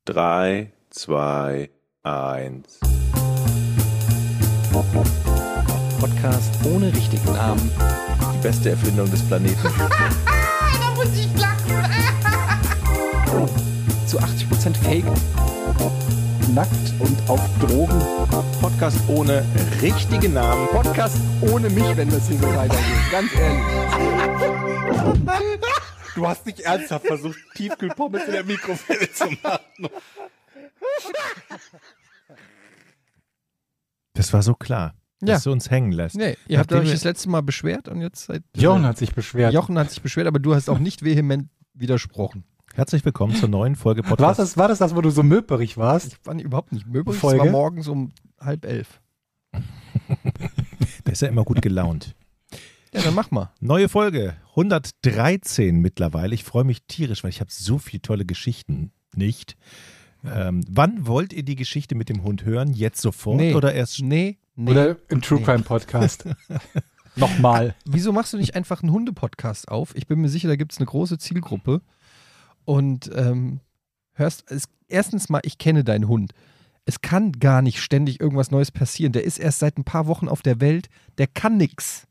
3, 2, 1. Podcast ohne richtigen Namen. Die beste Erfindung des Planeten. Da muss ich lachen. Zu 80% Fake. Nackt und auf Drogen. Podcast ohne richtigen Namen. Podcast ohne mich, wenn das hier so weitergeht. Ganz ehrlich. Du hast nicht ernsthaft versucht, Tiefkühlpommes in der Mikrowelle zu machen. Das war so klar, Ja. dass du uns hängen lässt. Nee, ihr habt Nachdem euch wir- das letzte Mal beschwert und jetzt seid Jochen hat sich beschwert. Jochen hat sich beschwert, aber du hast auch nicht vehement widersprochen. Herzlich willkommen zur neuen Folge Podcast. War das, wo du so möperig warst? Ich war überhaupt nicht möblich. Es Folge? war morgens um 10:30. Der ist ja immer gut gelaunt. Ja, dann mach mal. Neue Folge, 113 mittlerweile. Ich freue mich tierisch, weil ich habe so viele tolle Geschichten nicht. Wann wollt ihr die Geschichte mit dem Hund hören? Jetzt sofort oder erst? Nee. Oder im True Crime Podcast? Nochmal. Wieso machst du nicht einfach einen Hunde-Podcast auf? Ich bin mir sicher, da gibt es eine große Zielgruppe. Und erstens mal, ich kenne deinen Hund. Es kann gar nicht ständig irgendwas Neues passieren. Der ist erst seit ein paar Wochen auf der Welt. Der kann nix.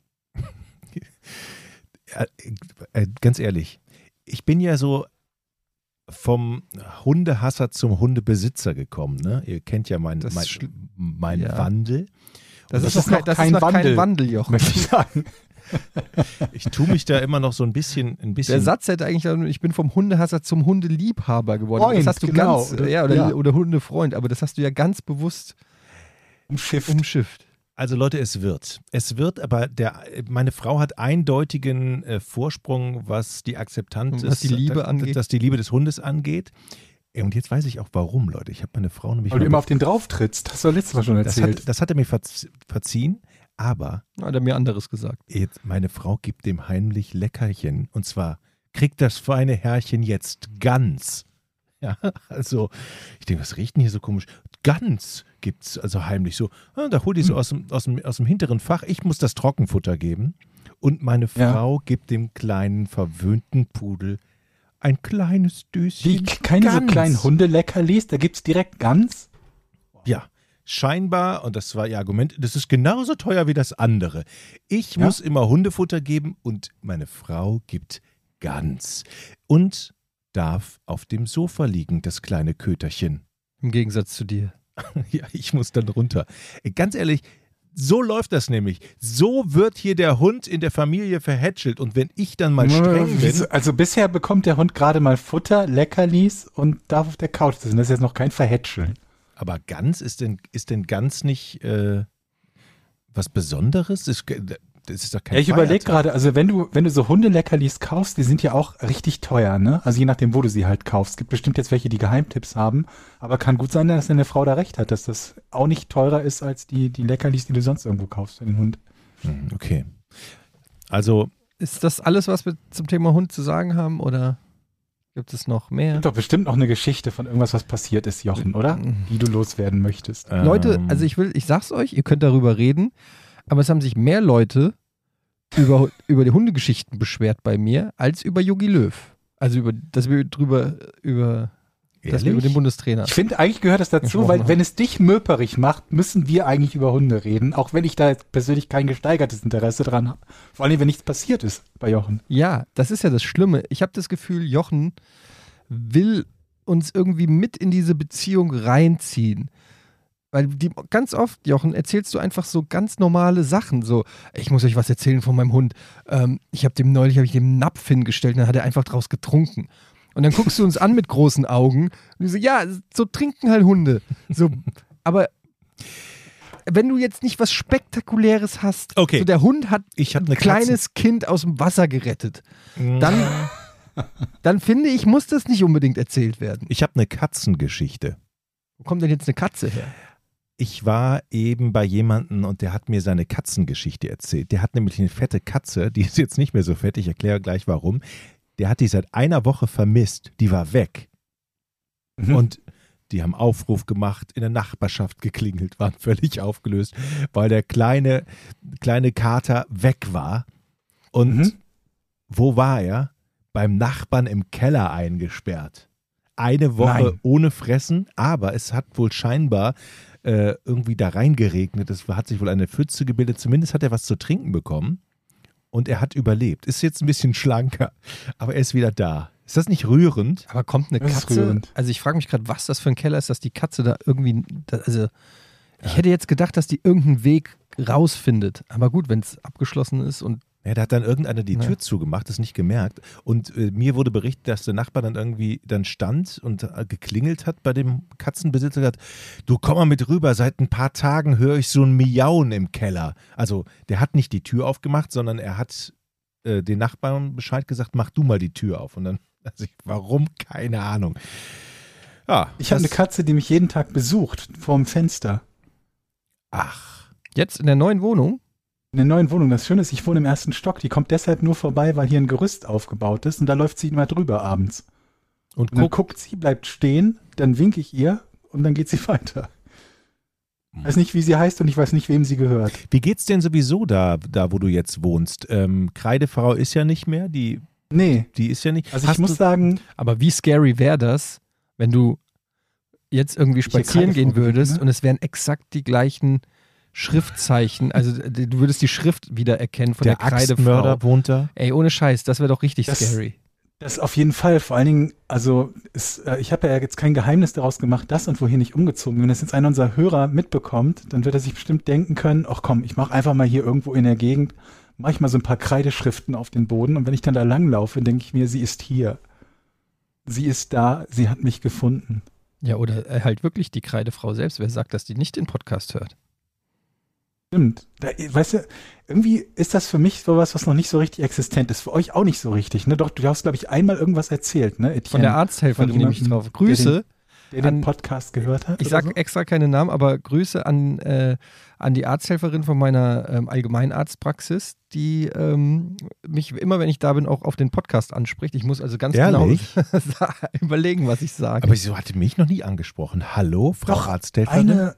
Ganz ehrlich, ich bin ja so vom Hundehasser zum Hundebesitzer gekommen. Ne? Ihr kennt ja meinen Das ist ja. Wandel. Das das ist noch kein Wandel, Jochen. Möchte ich sagen. Ich tue mich da immer noch so ein bisschen. Der Satz hätte eigentlich, ich bin vom Hundehasser zum Hundeliebhaber geworden. Freund, Das hast du genau. ganz, Ja. oder Hundefreund, aber das hast du ja ganz bewusst umschifft. Also Leute, es wird, aber meine Frau hat eindeutigen Vorsprung, was die Akzeptanz Was die Liebe angeht. dass die Liebe des Hundes angeht. Und jetzt weiß ich auch warum, Leute. Ich habe meine Frau nämlich Weil du immer auf den drauf trittst. Hast du letztes Mal schon erzählt. das hat er mir verziehen, aber Hat er mir anderes gesagt. jetzt, meine Frau gibt dem heimlich Leckerchen. Und zwar kriegt das feine Herrchen jetzt Gans. Ja, also ich denke, was riecht denn hier so komisch? Gans gibt's also heimlich so. Da hol die so aus dem hinteren Fach. Ich muss das Trockenfutter geben. Und meine Frau gibt dem kleinen, verwöhnten Pudel ein kleines Döschen Keine so Gans. kleinen Hundeleckerlis, da gibt's direkt Gans. Ja, scheinbar, und das war ihr Argument, das ist genauso teuer wie das andere. Ich muss immer Hundefutter geben und meine Frau gibt Gans. Und darf auf dem Sofa liegen, das kleine Köterchen. Im Gegensatz zu dir. Ja, ich muss dann runter. Ganz ehrlich, so läuft das nämlich. So wird hier der Hund in der Familie verhätschelt. Und wenn ich dann mal streng bin, Also bisher bekommt der Hund gerade mal Futter, Leckerlis und darf auf der Couch sitzen. Das ist jetzt noch kein Verhätscheln. aber Gans, ist denn Gans nicht was Besonderes? Das ist doch kein Ja, ich überlege Feiertag. gerade, also wenn du so Hundeleckerlis kaufst, die sind ja auch richtig teuer, ne? Also je nachdem, wo du sie halt kaufst. Es gibt bestimmt jetzt welche, die Geheimtipps haben, aber kann gut sein, dass deine Frau da recht hat, dass das auch nicht teurer ist als die Leckerlis, die du sonst irgendwo kaufst für den Hund. Okay. Also, Ist das alles, was wir zum Thema Hund zu sagen haben, oder gibt es noch mehr? Gibt doch bestimmt noch eine Geschichte von irgendwas, was passiert ist, Jochen, oder? Die du loswerden möchtest. Leute, also ich sag's euch, ihr könnt darüber reden, aber es haben sich mehr Leute über die Hundegeschichten beschwert bei mir, als über Jogi Löw. Also dass wir über den Bundestrainer. Ich finde, eigentlich gehört das dazu, Gesprochen weil haben. wenn es dich möperig macht, müssen wir eigentlich über Hunde reden, auch wenn ich da jetzt persönlich kein gesteigertes Interesse dran habe. Vor allem, wenn nichts passiert ist bei Jochen. Ja, das ist ja das Schlimme. Ich habe das Gefühl, Jochen will uns irgendwie mit in diese Beziehung reinziehen. Weil ganz oft, Jochen, erzählst du einfach so ganz normale Sachen. So, ich muss euch was erzählen von meinem Hund. Ich habe dem einen Napf hingestellt und dann hat er einfach draus getrunken. Und dann guckst du uns an mit großen Augen und du so, ja, so trinken halt Hunde. So, aber wenn du jetzt nicht was Spektakuläres hast, Okay. so der Hund hat Ich hab ein eine kleines Kind aus dem Wasser gerettet, dann finde ich, muss das nicht unbedingt erzählt werden. ich habe eine Katzengeschichte. Wo kommt denn jetzt eine Katze her? Ich war eben bei jemandem und der hat mir seine Katzengeschichte erzählt. Der hat nämlich eine fette Katze, die ist jetzt nicht mehr so fett, ich erkläre gleich warum. Der hat die seit einer Woche vermisst, die war weg. Und die haben Aufruf gemacht, in der Nachbarschaft geklingelt, waren völlig aufgelöst, weil der kleine Kater weg war. Und wo war er? Beim Nachbarn im Keller eingesperrt. eine Woche Nein. ohne Fressen, aber es hat wohl scheinbar irgendwie da reingeregnet. Es hat sich wohl eine Pfütze gebildet. Zumindest hat er was zu trinken bekommen und er hat überlebt. Ist jetzt ein bisschen schlanker, aber er ist wieder da. Ist das nicht rührend? Aber kommt eine Das ist Katze? rührend. Also ich frage mich gerade, was das für ein Keller ist, dass die Katze da irgendwie, ich hätte jetzt gedacht, dass die irgendeinen Weg rausfindet. Aber gut, wenn es abgeschlossen ist und Ja, da hat dann irgendeiner die Tür zugemacht, das nicht gemerkt. Und mir wurde berichtet, dass der Nachbar dann irgendwie dann stand und geklingelt hat bei dem Katzenbesitzer und gesagt, du komm mal mit rüber, seit ein paar Tagen höre ich so ein Miauen im Keller. Also der hat nicht die Tür aufgemacht, sondern er hat den Nachbarn Bescheid gesagt, mach du mal die Tür auf. Und dann, warum? Keine Ahnung. Ja, Ich habe eine Katze, die mich jeden Tag besucht, vorm Fenster. Ach, jetzt in der neuen Wohnung. In der neuen Wohnung. Das Schöne ist, ich wohne im 1. Stock. Die kommt deshalb nur vorbei, weil hier ein Gerüst aufgebaut ist und da läuft sie immer drüber abends. und Und dann guck, guckt sie, bleibt stehen, dann winke ich ihr und dann geht sie weiter. Ich weiß nicht, wie sie heißt und ich weiß nicht, wem sie gehört. wie geht's denn sowieso da wo du jetzt wohnst? Kreidefrau ist ja nicht mehr, die Nee, ist ja nicht. also Hast ich muss du- sagen, Aber wie scary wäre das, wenn du jetzt irgendwie spazieren keine gehen Frau bin, würdest ne? und es wären exakt die gleichen Schriftzeichen, also du würdest die Schrift wiedererkennen von der, der Kreidefrau. Axtmörder wohnt da? Ey, ohne Scheiß, das wäre doch richtig Das- scary. das auf jeden Fall. Vor allen Dingen, also ich habe ja jetzt kein Geheimnis daraus gemacht, dass und wohin ich umgezogen bin. Wenn das jetzt einer unserer Hörer mitbekommt, dann wird er sich bestimmt denken können, ach komm, ich mache einfach mal hier irgendwo in der Gegend, mache ich mal so ein paar Kreideschriften auf den Boden und wenn ich dann da langlaufe, denke ich mir, sie ist hier. Sie ist da, sie hat mich gefunden. Ja, oder halt wirklich die Kreidefrau selbst. Wer sagt, dass die nicht den Podcast hört? Stimmt. Da, weißt du, irgendwie ist das für mich sowas, was noch nicht so richtig existent ist. Für euch auch nicht so richtig, ne? Doch, du hast, glaube ich, einmal irgendwas erzählt, ne, Etienne? Von der Arzthelferin Von nehme ich jemandem, drauf. Grüße. der den an- Podcast gehört hat. Ich oder sage so? extra keine Namen, aber Grüße an die Arzthelferin von meiner Allgemeinarztpraxis, die mich immer, wenn ich da bin, auch auf den Podcast anspricht. Ich muss also ganz Ehrlich? genau überlegen, was ich sage. Aber sie hatte mich noch nie angesprochen. Hallo, Frau Doch, Arzthelferin?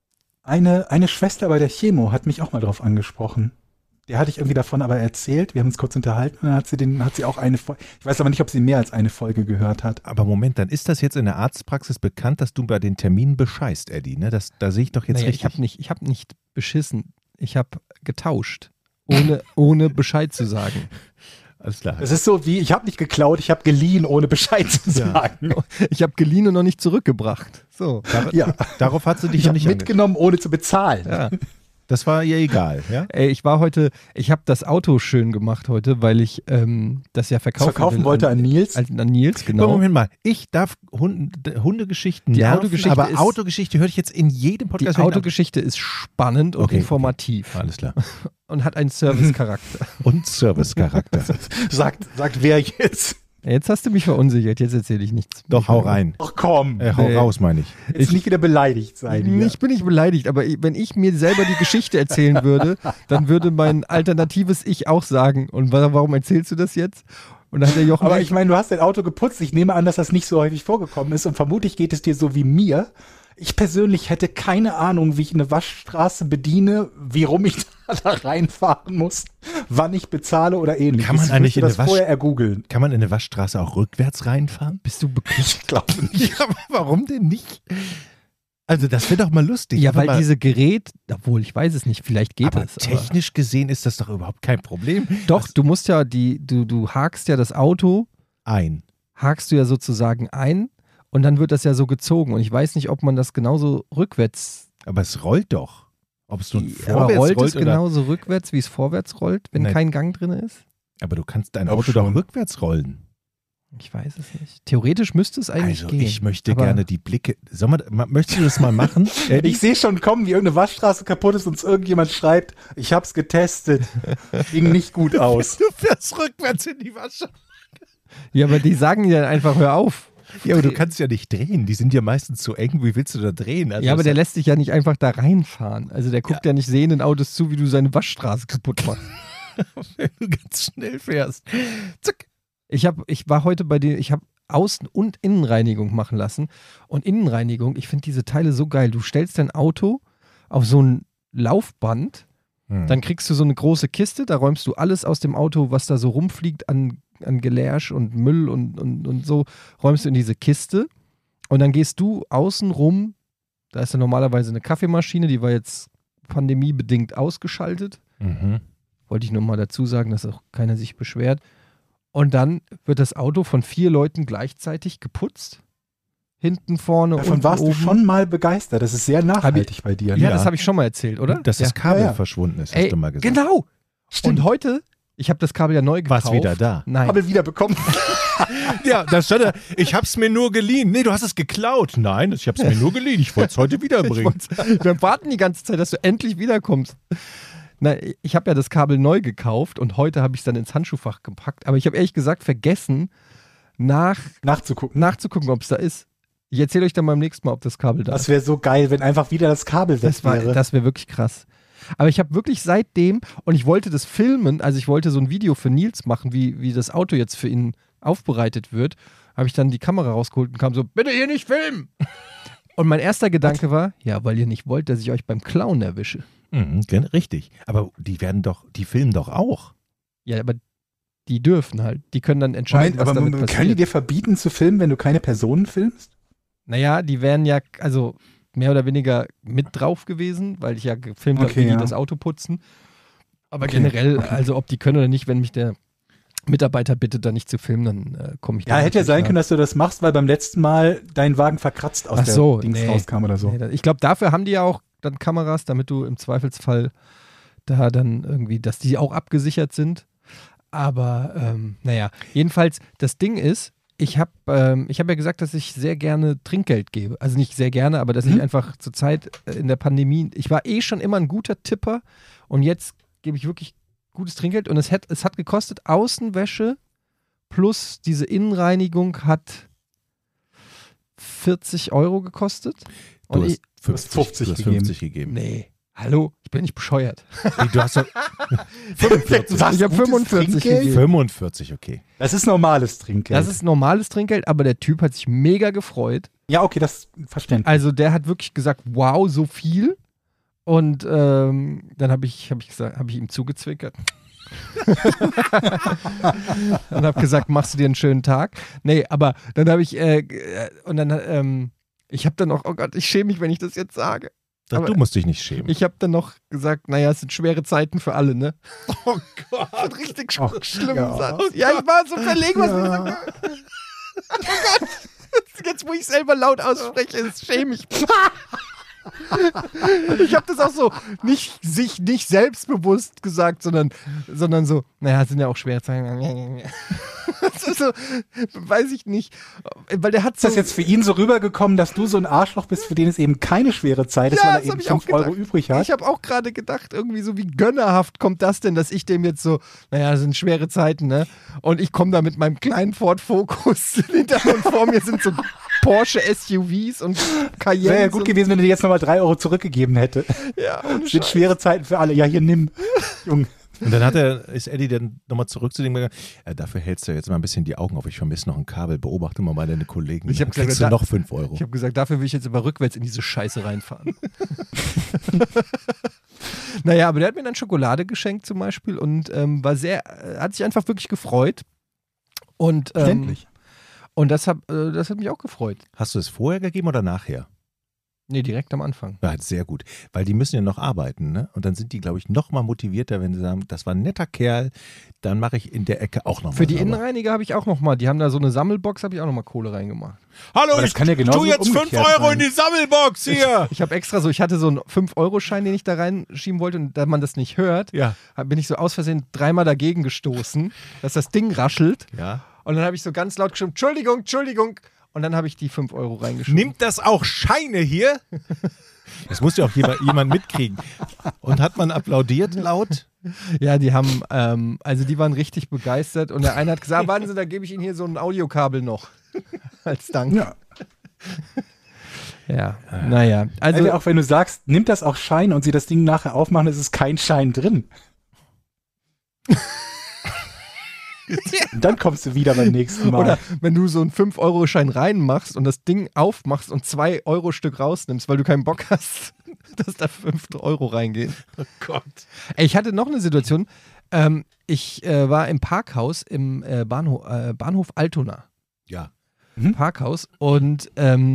Eine Schwester bei der Chemo hat mich auch mal drauf angesprochen. Der hatte ich irgendwie davon aber erzählt. Wir haben uns kurz unterhalten und dann hat sie auch eine Folge. Ich weiß aber nicht, ob sie mehr als eine Folge gehört hat. Aber Moment, dann ist das jetzt in der Arztpraxis bekannt, dass du bei den Terminen bescheißt, Eddie, ne? Da sehe ich doch jetzt naja, richtig. ich habe nicht beschissen. Ich habe getauscht, ohne Bescheid zu sagen. Alles klar. Das ist so wie, ich habe nicht geklaut, ich habe geliehen, ohne Bescheid zu Ja. sagen. Ich habe geliehen und noch nicht zurückgebracht. So. Ja, Darauf hat sie dich ich noch habe nicht mitgenommen, ohne zu bezahlen. Ja. Das war ihr egal, ja? Ey, ich habe das Auto schön gemacht heute, weil ich das ja verkaufen will wollte an Nils. An Nils, Aber genau. Moment mal, ich darf Hundegeschichten Die nerven, Autogeschichte aber ist- Autogeschichte höre ich jetzt in jedem Die Podcast. Autogeschichte ist spannend und Okay, informativ Alles klar. und hat einen Servicecharakter. Und Servicecharakter. Sagt wer jetzt? Jetzt hast du mich verunsichert, jetzt erzähle ich nichts. Doch, hau rein. Ach komm, Hau Nee. raus, meine ich. jetzt nicht wieder beleidigt sein. hier. Ich bin nicht beleidigt, aber wenn ich mir selber die Geschichte erzählen würde, dann würde mein alternatives Ich auch sagen, und warum erzählst du das jetzt? Und dann hat der Jochen Aber recht. ich meine, du hast dein Auto geputzt. Ich nehme an, dass das nicht so häufig vorgekommen ist und vermutlich geht es dir so wie mir. Ich persönlich hätte keine Ahnung, wie ich eine Waschstraße bediene, wie rum ich da reinfahren muss, wann ich bezahle oder ähnliches. Kann man Ich eigentlich müsste in das eine vorher ergoogeln. Kann man in eine Waschstraße auch rückwärts reinfahren? Bist du bekloppt? Ich glaube nicht. Ja, aber warum denn nicht? Also das wäre doch mal lustig. Ja, Einfach weil mal, diese Gerät, obwohl ich weiß es nicht, vielleicht geht aber es. Aber technisch gesehen ist das doch überhaupt kein Problem. doch, du musst ja du hakst ja das Auto, hakst du ja sozusagen ein und dann wird das ja so gezogen. Und ich weiß nicht, ob man das genauso rückwärts. Aber es rollt doch. Ob es nun Aber vorwärts rollt es rollt oder... genauso rückwärts, wie es vorwärts rollt, wenn Nein. kein Gang drin ist? Aber du kannst dein Glaub Auto doch schon. rückwärts rollen. Ich weiß es nicht. Theoretisch müsste es eigentlich Also gehen. ich möchte aber- gerne die Blicke... Möchtest du das mal machen? Ich sehe schon kommen, wie irgendeine Waschstraße kaputt ist und uns irgendjemand schreibt, ich hab's getestet. Ging nicht gut aus. Du fährst rückwärts in die Waschstraße. Ja, aber die sagen ja einfach, hör auf. Ja, aber du kannst ja nicht drehen. Die sind ja meistens zu eng. Wie willst du da drehen? Also Ja, aber das- der lässt dich ja nicht einfach da reinfahren. Also der guckt ja nicht sehenden Autos zu, wie du seine Waschstraße kaputt machst. wenn du ganz schnell fährst. Zack. Ich war heute bei dir, ich habe Außen- und Innenreinigung machen lassen. Und Innenreinigung, ich finde diese Teile so geil. Du stellst dein Auto auf so ein Laufband, dann kriegst du so eine große Kiste, da räumst du alles aus dem Auto, was da so rumfliegt an an Gelärsch und Müll und so, räumst du in diese Kiste und dann gehst du außen rum, da ist ja normalerweise eine Kaffeemaschine, die war jetzt pandemiebedingt ausgeschaltet. Wollte ich nur mal dazu sagen, dass auch keiner sich beschwert. Und dann wird das Auto von 4 Leuten gleichzeitig geputzt. Hinten, vorne, Davon unten, warst oben. du schon mal begeistert. Das ist sehr nachhaltig bei dir. Ja, Ne? das habe ich schon mal erzählt, oder? Dass das Ja. Kabel Ja. verschwunden ist, hast Ey, du mal gesagt. genau. Stimmt. Und heute, ich habe das Kabel ja neu gekauft. War's wieder da? Nein. Kabel wieder bekommen. Ja, das stand da. Ich hab's mir nur geliehen. Nee, du hast es geklaut. Nein, ich hab's mir nur geliehen. Ich wollte es heute wiederbringen. Wir warten die ganze Zeit, dass du endlich wiederkommst. Na, ich habe ja das Kabel neu gekauft und heute habe ich es dann ins Handschuhfach gepackt. Aber ich habe ehrlich gesagt vergessen, Nachzugucken. nachzugucken, ob es da ist. Ich erzähle euch dann beim nächsten Mal, ob das Kabel da Das ist. wäre so geil, wenn einfach wieder das Kabel weg wäre. Das wäre wirklich krass. Aber ich habe wirklich seitdem, und ich wollte das filmen, also ich wollte so ein Video für Nils machen, wie das Auto jetzt für ihn aufbereitet wird, habe ich dann die Kamera rausgeholt und kam so, bitte hier nicht filmen. Und mein erster Gedanke war, ja, weil ihr nicht wollt, dass ich euch beim Klauen erwische. Richtig. Aber die filmen doch auch. Ja, aber die dürfen halt. Die können dann entscheiden, Moment, was aber damit können die passiert. dir verbieten zu filmen, wenn du keine Personen filmst? Naja, die wären ja, also mehr oder weniger mit drauf gewesen, weil ich ja gefilmt habe, Okay, wie die ja. das Auto putzen. Aber Okay, generell, also ob die können oder nicht, wenn mich der Mitarbeiter bittet, da nicht zu filmen, dann komme ich da Ja, hätte ja natürlich sein nach. können, dass du das machst, weil beim letzten Mal dein Wagen verkratzt aus Ach so, der Dings nee. rauskam oder so. Nee, ich glaube, dafür haben die ja auch dann Kameras, damit du im Zweifelsfall da dann irgendwie, dass die auch abgesichert sind. Aber naja, jedenfalls, das Ding ist, ich hab ja gesagt, dass ich sehr gerne Trinkgeld gebe. Also nicht sehr gerne, aber dass ich einfach zur Zeit in der Pandemie, ich war schon immer ein guter Tipper und jetzt gebe ich wirklich gutes Trinkgeld und es hat gekostet, Außenwäsche plus diese Innenreinigung hat 40 € gekostet. Du Und hast ich, hast 50 du hast gegeben. 50 gegeben. nee, hallo, ich bin nicht bescheuert. Nee, du hast doch Du 45. hast Ich habe gutes 45 Trinkgeld? gegeben. 45, okay. Das ist normales Trinkgeld. Das ist normales Trinkgeld, aber der Typ hat sich mega gefreut. ja, okay, das verständlich. Also der hat wirklich gesagt, wow, so viel. Und dann habe ich ihm zugezwickert. Und habe gesagt, machst du dir einen schönen Tag? Nee, aber dann habe ich, ich habe dann auch, oh Gott, ich schäme mich, wenn ich das jetzt sage. Aber Du musst dich nicht schämen. ich habe dann noch gesagt, naja, es sind schwere Zeiten für alle, ne? Oh Gott, ein richtig schlimmen ja. Satz. Ja, ich war so verlegen, was mir so. Oh Gott, jetzt wo ich selber laut ausspreche, schäme ich mich. Ich habe das auch so nicht selbstbewusst gesagt, sondern so, naja, es sind ja auch schwere Zeiten. Das ist so, weiß ich nicht. Weil der hat Ist so. das jetzt für ihn so rübergekommen, dass du so ein Arschloch bist, für den es eben keine schwere Zeit ist, Ja, weil das er hab eben ich auch 5 € gedacht. übrig hat? Ich habe auch gerade gedacht, irgendwie so wie gönnerhaft kommt das denn, dass ich dem jetzt so, naja, das sind schwere Zeiten, ne? Und ich komme da mit meinem kleinen Ford Focus hinter und vor mir sind so Porsche SUVs und Cayenne. Wäre ja gut gewesen, wenn er dir jetzt nochmal 3 € zurückgegeben hätte. Ja, ohne Sind Scheiß. schwere Zeiten für alle. Ja, hier nimm. Junge. Und dann ist Eddie dann nochmal zurück zu dem gegangen, dafür hältst du jetzt mal ein bisschen die Augen auf. Ich vermisse noch ein Kabel. Beobachte mal deine Kollegen. Ich hab Dann kriegst gesagt, du noch 5 €. Ich habe gesagt, dafür will ich jetzt aber rückwärts in diese Scheiße reinfahren. Naja, aber der hat mir dann Schokolade geschenkt zum Beispiel und hat sich einfach wirklich gefreut. Und, Verständlich. und das hat mich auch gefreut. Hast du es vorher gegeben oder nachher? Nee, direkt am Anfang. Ja, sehr gut. Weil die müssen ja noch arbeiten, ne? Und dann sind die, glaube ich, noch mal motivierter, wenn sie sagen, das war ein netter Kerl, dann mache ich in der Ecke auch noch mal Für die sauber. Innenreiniger habe ich auch nochmal, die haben da so eine Sammelbox, habe ich auch nochmal Kohle reingemacht. Hallo, Aber das kann ja genauso tu jetzt 5 umgekehrt € sein. in die Sammelbox hier. Ich habe extra so, ich hatte so einen 5-Euro-Schein, den ich da reinschieben wollte und da man das nicht hört, Ja. bin ich so aus Versehen 3-mal dagegen gestoßen, dass das Ding raschelt. Ja. Und dann habe ich so ganz laut gestimmt, Entschuldigung. Und dann habe ich die 5 € reingeschoben. Nimmt das auch Scheine hier? Das muss ja auch jemand mitkriegen. Und hat man applaudiert laut? Ja, die haben, also die waren richtig begeistert. Und der eine hat gesagt, warten Sie, da gebe ich Ihnen hier so ein Audiokabel noch. Als Dank. Ja. Ja, naja. Also, auch wenn du sagst, nimmt das auch Schein und sie das Ding nachher aufmachen, ist es kein Schein drin. Und dann kommst du wieder beim nächsten Mal. oder wenn du so einen 5-Euro-Schein reinmachst und das Ding aufmachst und 2-Euro-Stück rausnimmst, weil du keinen Bock hast, dass da 5 € reingehen. Oh Gott. Ey, ich hatte noch eine Situation, Ich war im Parkhaus im Bahnhof Altona. Ja. Parkhaus und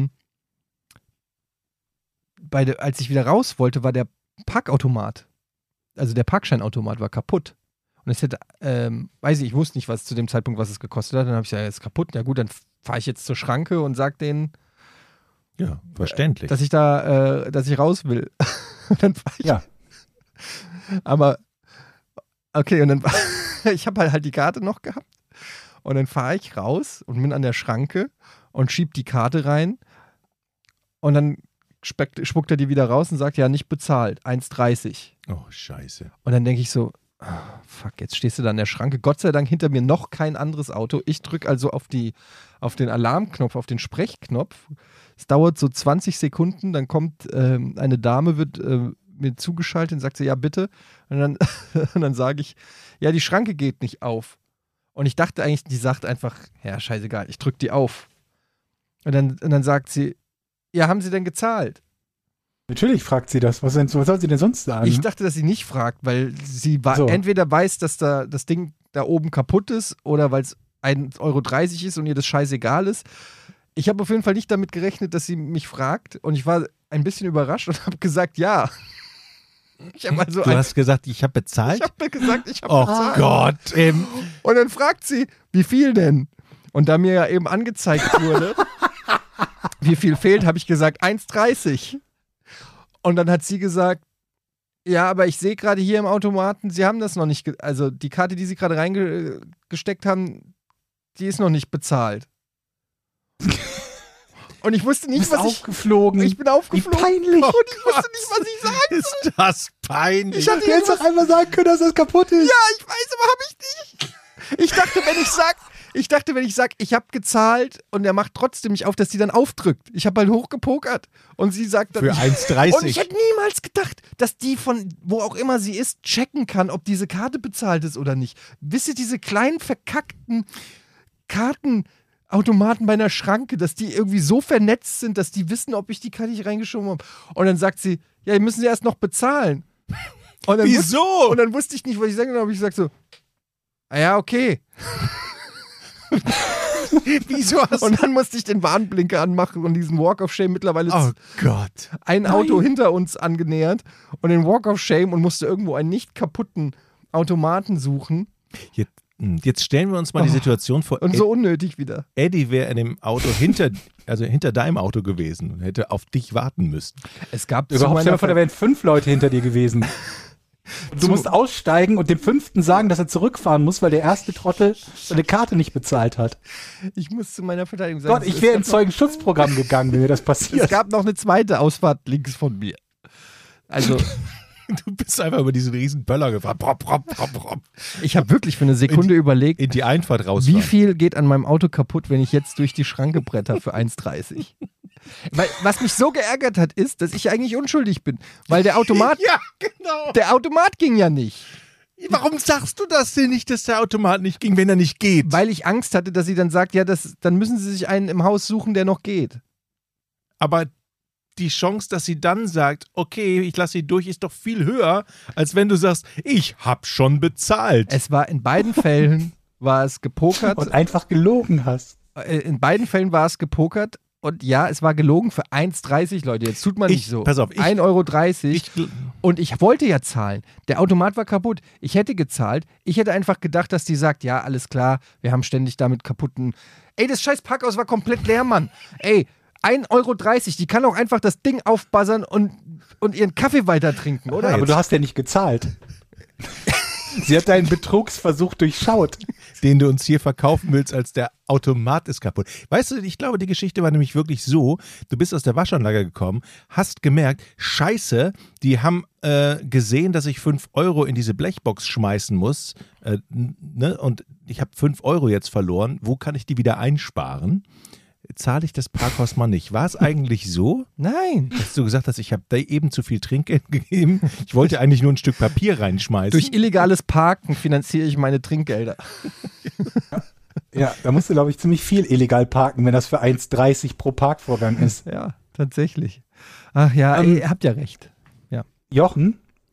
als ich wieder raus wollte, war der Parkautomat, also der Parkscheinautomat war kaputt. Und es hätte, ich wusste nicht, was zu dem Zeitpunkt, was es gekostet hat. Dann habe ich gesagt, ja, ist kaputt. Ja gut, dann fahre ich jetzt zur Schranke und sage denen, Ja, verständlich. dass ich raus will. Und dann fahre ich. Ja. Aber, okay, und dann, ich habe halt die Karte noch gehabt. Und dann fahre ich raus und bin an der Schranke und schieb die Karte rein. Und dann spuckt er die wieder raus und sagt, ja, nicht bezahlt, 1,30. Oh, scheiße. Und dann denke ich so, fuck, jetzt stehst du da an der Schranke. Gott sei Dank hinter mir noch kein anderes Auto. Ich drücke also auf den Alarmknopf, auf den Sprechknopf. Es dauert so 20 Sekunden, dann kommt eine Dame, wird mir zugeschaltet und sagt so, ja bitte. Und dann sage ich, ja, die Schranke geht nicht auf. Und ich dachte eigentlich, die sagt einfach, ja, scheißegal, ich drücke die auf. Und dann sagt sie, ja, haben Sie denn gezahlt? Natürlich fragt sie das. Was soll sie denn sonst sagen? Ich dachte, dass sie nicht fragt, weil sie So. entweder weiß, dass da das Ding da oben kaputt ist oder weil es 1,30 Euro ist und ihr das scheißegal ist. Ich habe auf jeden Fall nicht damit gerechnet, dass sie mich fragt und ich war ein bisschen überrascht und habe gesagt, ja. Ich habe also Du hast gesagt, ich habe bezahlt? ich habe gesagt, ich habe Oh bezahlt. Gott. Und dann fragt sie, wie viel denn? Und da mir ja eben angezeigt wurde, wie viel fehlt, habe ich gesagt, 1,30. Und dann hat sie gesagt, ja, aber ich sehe gerade hier im Automaten, Sie haben das noch nicht, also die Karte, die Sie gerade reingesteckt haben, die ist noch nicht bezahlt. Und ich wusste nicht, was aufgeflogen. ich bin aufgeflogen. Wie peinlich. Und ich wusste nicht, was ich sagen. Ist das peinlich? Ich hatte Du hättest doch einmal sagen können, dass das kaputt ist. Ja, ich weiß, aber habe ich nicht. Ich dachte, wenn ich sag, ich habe gezahlt und er macht trotzdem nicht auf, dass sie dann aufdrückt. Ich habe halt hochgepokert und sie sagt dann. Für 1,30. Und ich hätte niemals gedacht, dass die von wo auch immer sie ist, checken kann, ob diese Karte bezahlt ist oder nicht. Wisst ihr, diese kleinen verkackten Kartenautomaten bei einer Schranke, dass die irgendwie so vernetzt sind, dass die wissen, ob ich die Karte nicht reingeschoben habe. Und dann sagt sie, ja, müssen sie erst noch bezahlen. Und dann Wieso? Und dann wusste ich nicht, was ich sagen soll. Dann habe ich gesagt so, ja, okay. Wieso hast du... Und dann musste ich den Warnblinker anmachen und diesen Walk of Shame mittlerweile Oh Gott. ein Auto hinter uns angenähert und den Walk of Shame und musste irgendwo einen nicht kaputten Automaten suchen. Jetzt stellen wir uns mal die Situation vor. Und so unnötig wieder. Eddie wäre in dem Auto hinter deinem Auto gewesen und hätte auf dich warten müssen. Es gab Überhaupt, stell dir vor, da wären 5 Leute hinter dir gewesen. Und du musst aussteigen und dem 5. sagen, dass er zurückfahren muss, weil der erste Trottel seine Karte nicht bezahlt hat. Ich muss zu meiner Verteidigung sagen, Gott, ich wäre ins Zeugenschutzprogramm gegangen, wenn mir das es passiert. gab noch eine zweite Ausfahrt links von mir. Also, Du bist einfach über diesen riesen Böller gefahren. Prop, prop, prop, prop. ich habe wirklich für eine Sekunde überlegt, In die Einfahrt raus. wie viel geht an meinem Auto kaputt, wenn ich jetzt durch die Schranke bretter für 1,30? Weil, was mich so geärgert hat, ist, dass ich eigentlich unschuldig bin. Weil der Automat ging ja nicht. Warum sagst du das denn nicht, dass der Automat nicht ging, wenn er nicht geht? Weil ich Angst hatte, dass sie dann sagt, ja, dann müssen sie sich einen im Haus suchen, der noch geht. Aber die Chance, dass sie dann sagt, okay, ich lasse sie durch, ist doch viel höher, als wenn du sagst, ich hab schon bezahlt. Es war in beiden Fällen war es gepokert. Und einfach gelogen hast. In beiden Fällen war es gepokert. Und ja, es war gelogen für 1,30, Leute. Jetzt tut man nicht so. Pass auf, 1,30 Euro. Und ich wollte ja zahlen. Der Automat war kaputt. Ich hätte gezahlt. Ich hätte einfach gedacht, dass die sagt, ja, alles klar, wir haben ständig damit kaputten... Ey, das scheiß Parkhaus war komplett leer, Mann. Ey, 1,30 Euro. Die kann auch einfach das Ding aufbuzzern und ihren Kaffee weiter trinken, oder? Aber du hast ja nicht gezahlt. Sie hat deinen Betrugsversuch durchschaut. Den du uns hier verkaufen willst, als der Automat ist kaputt. Weißt du, ich glaube, die Geschichte war nämlich wirklich so, du bist aus der Waschanlage gekommen, hast gemerkt, scheiße, die haben gesehen, dass ich 5 Euro in diese Blechbox schmeißen muss, ne? Und ich habe 5 Euro jetzt verloren, wo kann ich die wieder einsparen? Zahle ich das Parkhaus mal nicht. War es eigentlich so, Nein. dass du gesagt hast, ich habe da eben zu viel Trinkgeld gegeben? Ich wollte eigentlich nur ein Stück Papier reinschmeißen. Durch illegales Parken finanziere ich meine Trinkgelder. Ja, da musst du, glaube ich, ziemlich viel illegal parken, wenn das für 1,30 pro Parkvorgang ist. Ja, tatsächlich. Ach ja, ihr habt ja recht. Jochen,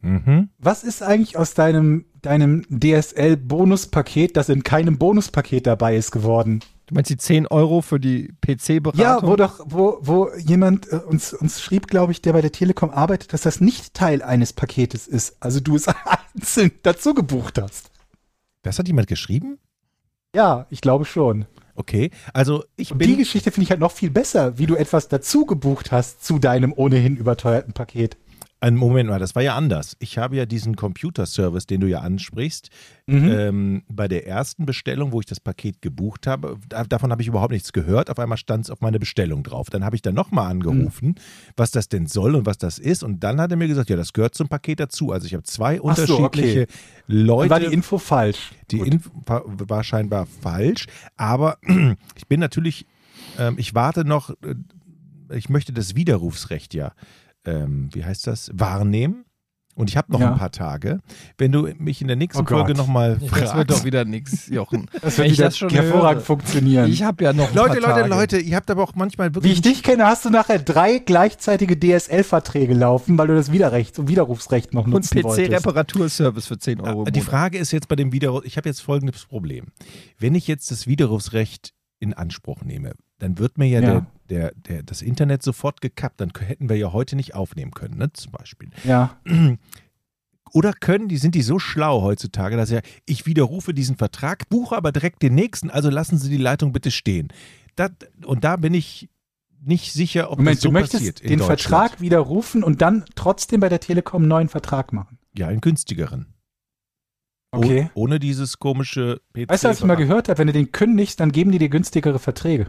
Was ist eigentlich aus deinem DSL-Bonuspaket, das in keinem Bonuspaket dabei ist, geworden? Du meinst die 10 Euro für die PC-Beratung? Ja, wo jemand uns schrieb, glaube ich, der bei der Telekom arbeitet, dass das nicht Teil eines Paketes ist. Also du es einzeln dazu gebucht hast. Das hat jemand geschrieben? Ja, ich glaube schon. Okay, also Und die Geschichte finde ich halt noch viel besser, wie du etwas dazu gebucht hast zu deinem ohnehin überteuerten Paket. Einen Moment mal, das war ja anders. Ich habe ja diesen Computerservice, den du ja ansprichst, bei der ersten Bestellung, wo ich das Paket gebucht habe, davon habe ich überhaupt nichts gehört. Auf einmal stand es auf meine Bestellung drauf. Dann habe ich dann nochmal angerufen, was das denn soll und was das ist. Und dann hat er mir gesagt, ja, das gehört zum Paket dazu. Also ich habe zwei unterschiedliche Leute. Dann war die Info falsch. Die Info war scheinbar falsch. Aber ich bin natürlich, ich warte noch, ich möchte das Widerrufsrecht ja. Wie heißt das, wahrnehmen. Und ich habe noch ein paar Tage. Wenn du mich in der nächsten Folge nochmal fragst. Das wird doch wieder nichts, Jochen. Das wird wieder hervorragend funktionieren. Ich habe ja noch ein paar Tage. Leute, ihr habt aber auch manchmal wirklich... Wie ich dich kenne, hast du nachher 3 gleichzeitige DSL-Verträge laufen, weil du das Widerrufsrecht noch nutzen wolltest. Und PC-Reparaturservice für 10 Euro. Die Frage ist jetzt bei dem Widerruf, ich habe jetzt folgendes Problem. Wenn ich jetzt das Widerrufsrecht in Anspruch nehme, dann wird mir ja das Internet sofort gekappt. Dann hätten wir ja heute nicht aufnehmen können, ne, zum Beispiel. Ja. Oder sind die so schlau heutzutage, dass ich widerrufe diesen Vertrag, buche aber direkt den nächsten, also lassen Sie die Leitung bitte stehen. Und da bin ich nicht sicher, ob das so passiert. Du möchtest den Vertrag widerrufen und dann trotzdem bei der Telekom einen neuen Vertrag machen? Ja, einen günstigeren. Okay. Ohne dieses komische PC. Weißt du, was ich mal gehört habe? Wenn du den kündigst, dann geben die dir günstigere Verträge.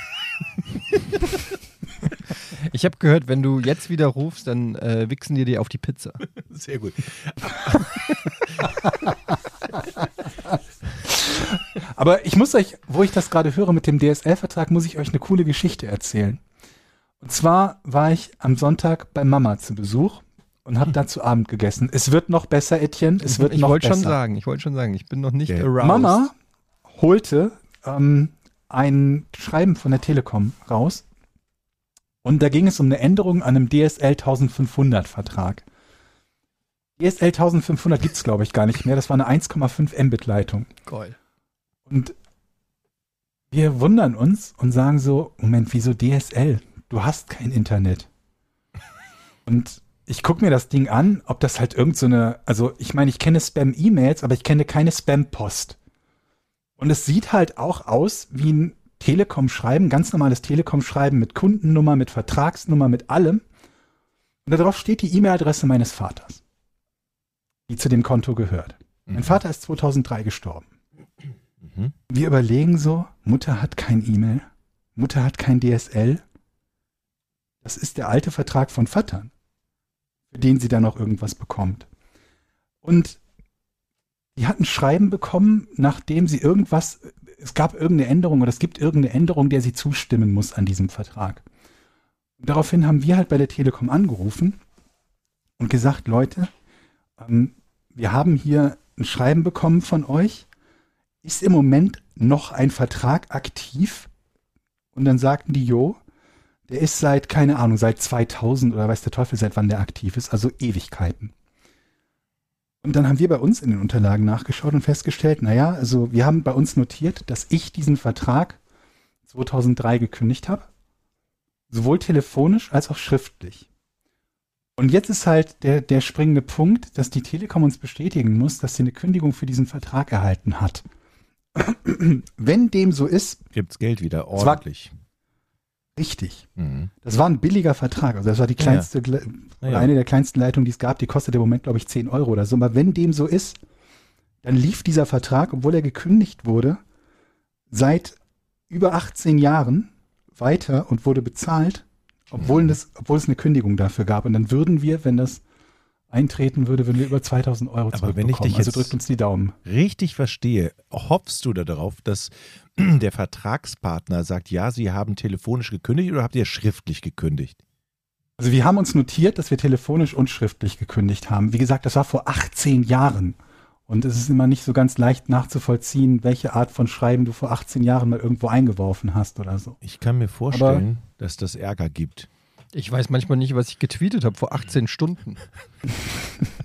Ich habe gehört, wenn du jetzt wieder rufst, dann wichsen die dir auf die Pizza. Sehr gut. Aber ich muss euch, wo ich das gerade höre mit dem DSL-Vertrag, muss ich euch eine coole Geschichte erzählen. Und zwar war ich am Sonntag bei Mama zu Besuch und habe da zu Abend gegessen. Es wird noch besser, Etienne. Es wird noch besser. Ich wollte schon sagen, ich bin noch nicht aroused. Mama holte ein Schreiben von der Telekom raus und da ging es um eine Änderung an einem DSL 1500 Vertrag. DSL 1500 gibt es, glaube ich, gar nicht mehr. Das war eine 1,5 Mbit Leitung. Geil. Und wir wundern uns und sagen so, Moment, wieso DSL? Du hast kein Internet. Und ich gucke mir das Ding an, ob das halt also ich meine, ich kenne Spam-E-Mails, aber ich kenne keine Spam-Post. Und es sieht halt auch aus wie ein Telekom-Schreiben, ganz normales Telekom-Schreiben mit Kundennummer, mit Vertragsnummer, mit allem. Und darauf steht die E-Mail-Adresse meines Vaters, die zu dem Konto gehört. Mein Vater ist 2003 gestorben. Wir überlegen so, Mutter hat kein E-Mail, Mutter hat kein DSL. Das ist der alte Vertrag von Vatern, für den sie dann noch irgendwas bekommt. Und die hat ein Schreiben bekommen, nachdem sie es gab irgendeine Änderung oder es gibt irgendeine Änderung, der sie zustimmen muss an diesem Vertrag. Und daraufhin haben wir halt bei der Telekom angerufen und gesagt, Leute, wir haben hier ein Schreiben bekommen von euch. Ist im Moment noch ein Vertrag aktiv? Und dann sagten die, der ist seit 2000 oder weiß der Teufel, seit wann der aktiv ist, also Ewigkeiten. Und dann haben wir bei uns in den Unterlagen nachgeschaut und festgestellt, also wir haben bei uns notiert, dass ich diesen Vertrag 2003 gekündigt habe, sowohl telefonisch als auch schriftlich. Und jetzt ist halt der springende Punkt, dass die Telekom uns bestätigen muss, dass sie eine Kündigung für diesen Vertrag erhalten hat. Wenn dem so ist, gibt's Geld wieder, ordentlich. Richtig. Das war ein billiger Vertrag. Also das war die kleinste, eine der kleinsten Leitungen, die es gab. Die kostet im Moment, glaube ich, 10 Euro oder so. Aber wenn dem so ist, dann lief dieser Vertrag, obwohl er gekündigt wurde, seit über 18 Jahren weiter und wurde bezahlt, obwohl es eine Kündigung dafür gab. Und dann würden wir, wenn das eintreten würde, würden wir über 2.000 Euro zurückbekommen. Aber wenn ich dich also drückt uns die Daumen. Richtig verstehe, hoffst du darauf, dass der Vertragspartner sagt, ja, Sie haben telefonisch gekündigt oder habt ihr schriftlich gekündigt? Also wir haben uns notiert, dass wir telefonisch und schriftlich gekündigt haben. Wie gesagt, das war vor 18 Jahren. Und es ist immer nicht so ganz leicht nachzuvollziehen, welche Art von Schreiben du vor 18 Jahren mal irgendwo eingeworfen hast oder so. Ich kann mir vorstellen, dass das Ärger gibt. Ich weiß manchmal nicht, was ich getweetet habe vor 18 Stunden.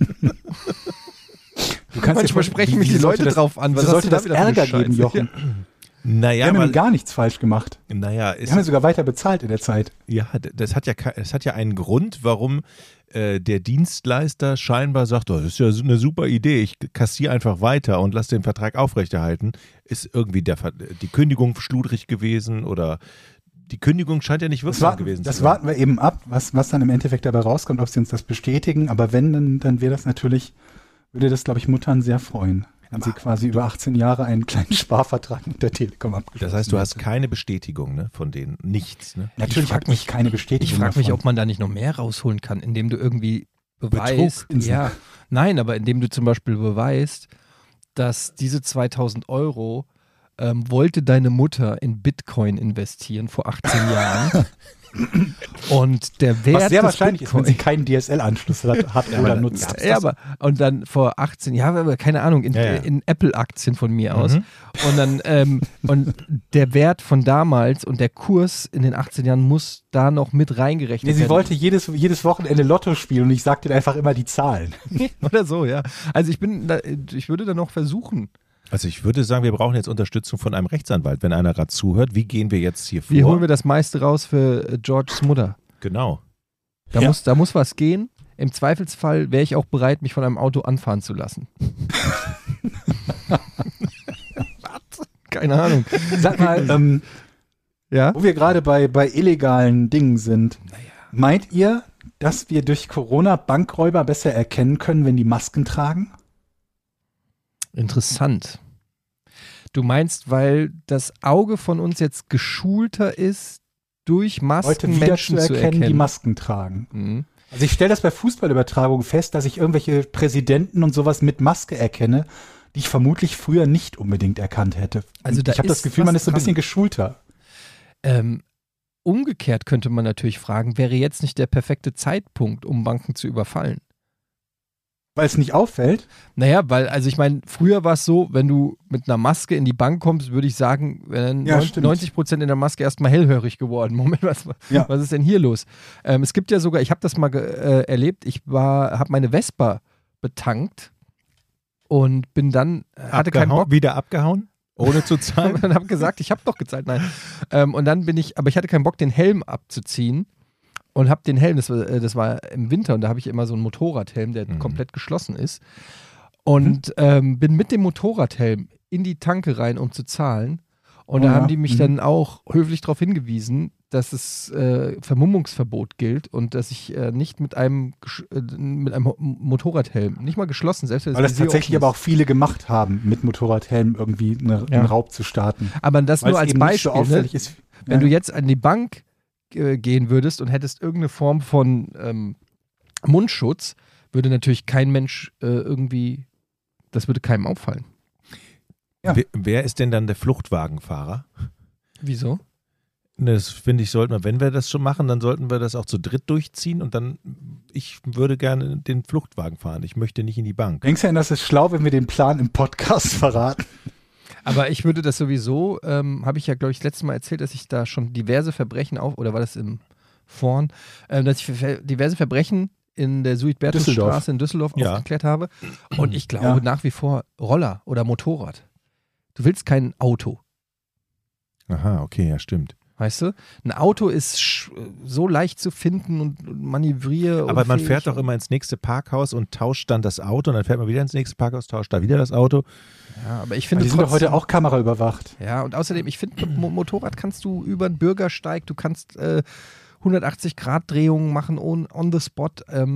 Du kannst Manchmal sprechen mich die Leute drauf an. Was sollte das Ärger geben, Jochen? Naja, Wir haben gar nichts falsch gemacht. naja, Wir haben ja sogar weiter bezahlt in der Zeit. ja, das hat ja einen Grund, warum der Dienstleister scheinbar sagt, oh, das ist ja eine super Idee, ich kassiere einfach weiter und lasse den Vertrag aufrechterhalten. Ist irgendwie die Kündigung schludrig gewesen oder die Kündigung scheint ja nicht wirksam gewesen zu sein. Das warten wir eben ab, was dann im Endeffekt dabei rauskommt, ob sie uns das bestätigen. Aber wenn, dann wäre das natürlich, würde das, glaube ich, Muttern sehr freuen, wenn sie quasi über 18 Jahre einen kleinen Sparvertrag mit der Telekom abgeschlossen Das heißt, du hast hätte. keine Bestätigung, ne, von denen, nichts. Ne? Natürlich hat mich keine Bestätigung Ich frage mich, davon. ob man da nicht noch mehr rausholen kann, indem du irgendwie beweist. Betrug. Ja, nein, aber indem du zum Beispiel beweist, dass diese 2000 Euro wollte deine Mutter in Bitcoin investieren vor 18 Jahren. Und der Wert Was sehr des wahrscheinlich ist, wenn Bitcoin, sie keinen DSL-Anschluss hat oder nutzt. ja, aber und dann vor 18 Jahren, aber keine Ahnung, Ja. in Apple-Aktien von mir aus. Mhm. Und dann und der Wert von damals und der Kurs in den 18 Jahren muss da noch mit reingerechnet Nee, sie werden. wollte jedes Wochenende Lotto spielen und ich sagte dir einfach immer die Zahlen. Oder so, ja. Also ich würde da noch versuchen. Also ich würde sagen, wir brauchen jetzt Unterstützung von einem Rechtsanwalt, wenn einer gerade zuhört. Wie gehen wir jetzt hier vor? Wie holen wir das meiste raus für Georges Mutter? Genau. Da, Ja. da muss was gehen. Im Zweifelsfall wäre ich auch bereit, mich von einem Auto anfahren zu lassen. Was? Keine Ahnung. Sag mal, Ja? wo wir gerade bei illegalen Dingen sind, meint ihr, dass wir durch Corona Bankräuber besser erkennen können, wenn die Masken tragen? Interessant. Du meinst, weil das Auge von uns jetzt geschulter ist, durch Leute Masken wieder Menschen zu zu erkennen, erkennen? die Masken tragen. Mhm. Also ich stelle das bei Fußballübertragungen fest, dass ich irgendwelche Präsidenten und sowas mit Maske erkenne, die ich vermutlich früher nicht unbedingt erkannt hätte. Also da ich habe das ist Gefühl, man was ist so ein dran. bisschen geschulter. Umgekehrt könnte man natürlich fragen, wäre jetzt nicht der perfekte Zeitpunkt, um Banken zu überfallen? Weil es nicht auffällt. Naja, weil, also ich meine, früher war es so, wenn du mit einer Maske in die Bank kommst, würde ich sagen, wären Ja, stimmt. 90% in der Maske erstmal hellhörig geworden. Moment, was ist denn hier los? Es gibt ja sogar, ich habe das mal erlebt, habe meine Vespa betankt und bin dann, hatte keinen Bock. Wieder abgehauen? Ohne zu zahlen? Und habe gesagt, ich habe doch gezahlt, nein. Und dann aber ich hatte keinen Bock, den Helm abzuziehen. Und habe den Helm, das war im Winter und da habe ich immer so einen Motorradhelm, der komplett geschlossen ist. Und bin mit dem Motorradhelm in die Tanke rein, um zu zahlen. Und da haben die mich dann auch höflich darauf hingewiesen, dass es Vermummungsverbot gilt und dass ich nicht mit einem Motorradhelm, nicht mal geschlossen, selbst wenn Weil das Visier tatsächlich offen aber ist. auch viele gemacht haben, mit Motorradhelm irgendwie einen Raub zu starten. Aber das Weil nur es als eben nicht so Beispiel. auffällig ist. Wenn du jetzt an die Bank gehen würdest und hättest irgendeine Form von Mundschutz, würde natürlich kein Mensch das würde keinem auffallen. Ja. Wer ist denn dann der Fluchtwagenfahrer? Wieso? Das finde ich, sollten wir, wenn wir das schon machen, dann sollten wir das auch zu dritt durchziehen und dann, ich würde gerne den Fluchtwagen fahren. Ich möchte nicht in die Bank. Denkst du denn, das ist schlau, wenn wir den Plan im Podcast verraten? Aber ich würde das sowieso, habe ich ja, glaube ich, das letzte Mal erzählt, dass ich da schon diverse Verbrechen oder war das im Vorn, dass ich diverse Verbrechen in der Suidbertusstraße in Düsseldorf Ja. aufgeklärt habe. Und ich glaube nach wie vor Roller oder Motorrad. Du willst kein Auto, Aha, okay, ja, stimmt. weißt du? Ein Auto ist so leicht zu finden und manövrier. Aber man fährt doch immer ins nächste Parkhaus und tauscht dann das Auto und dann fährt man wieder ins nächste Parkhaus, tauscht da wieder das Auto. Ja, aber ich Die finde sind doch heute auch kameraüberwacht. Ja, und außerdem, ich finde, mit Motorrad kannst du über einen Bürgersteig, du kannst 180-Grad-Drehungen machen on the spot.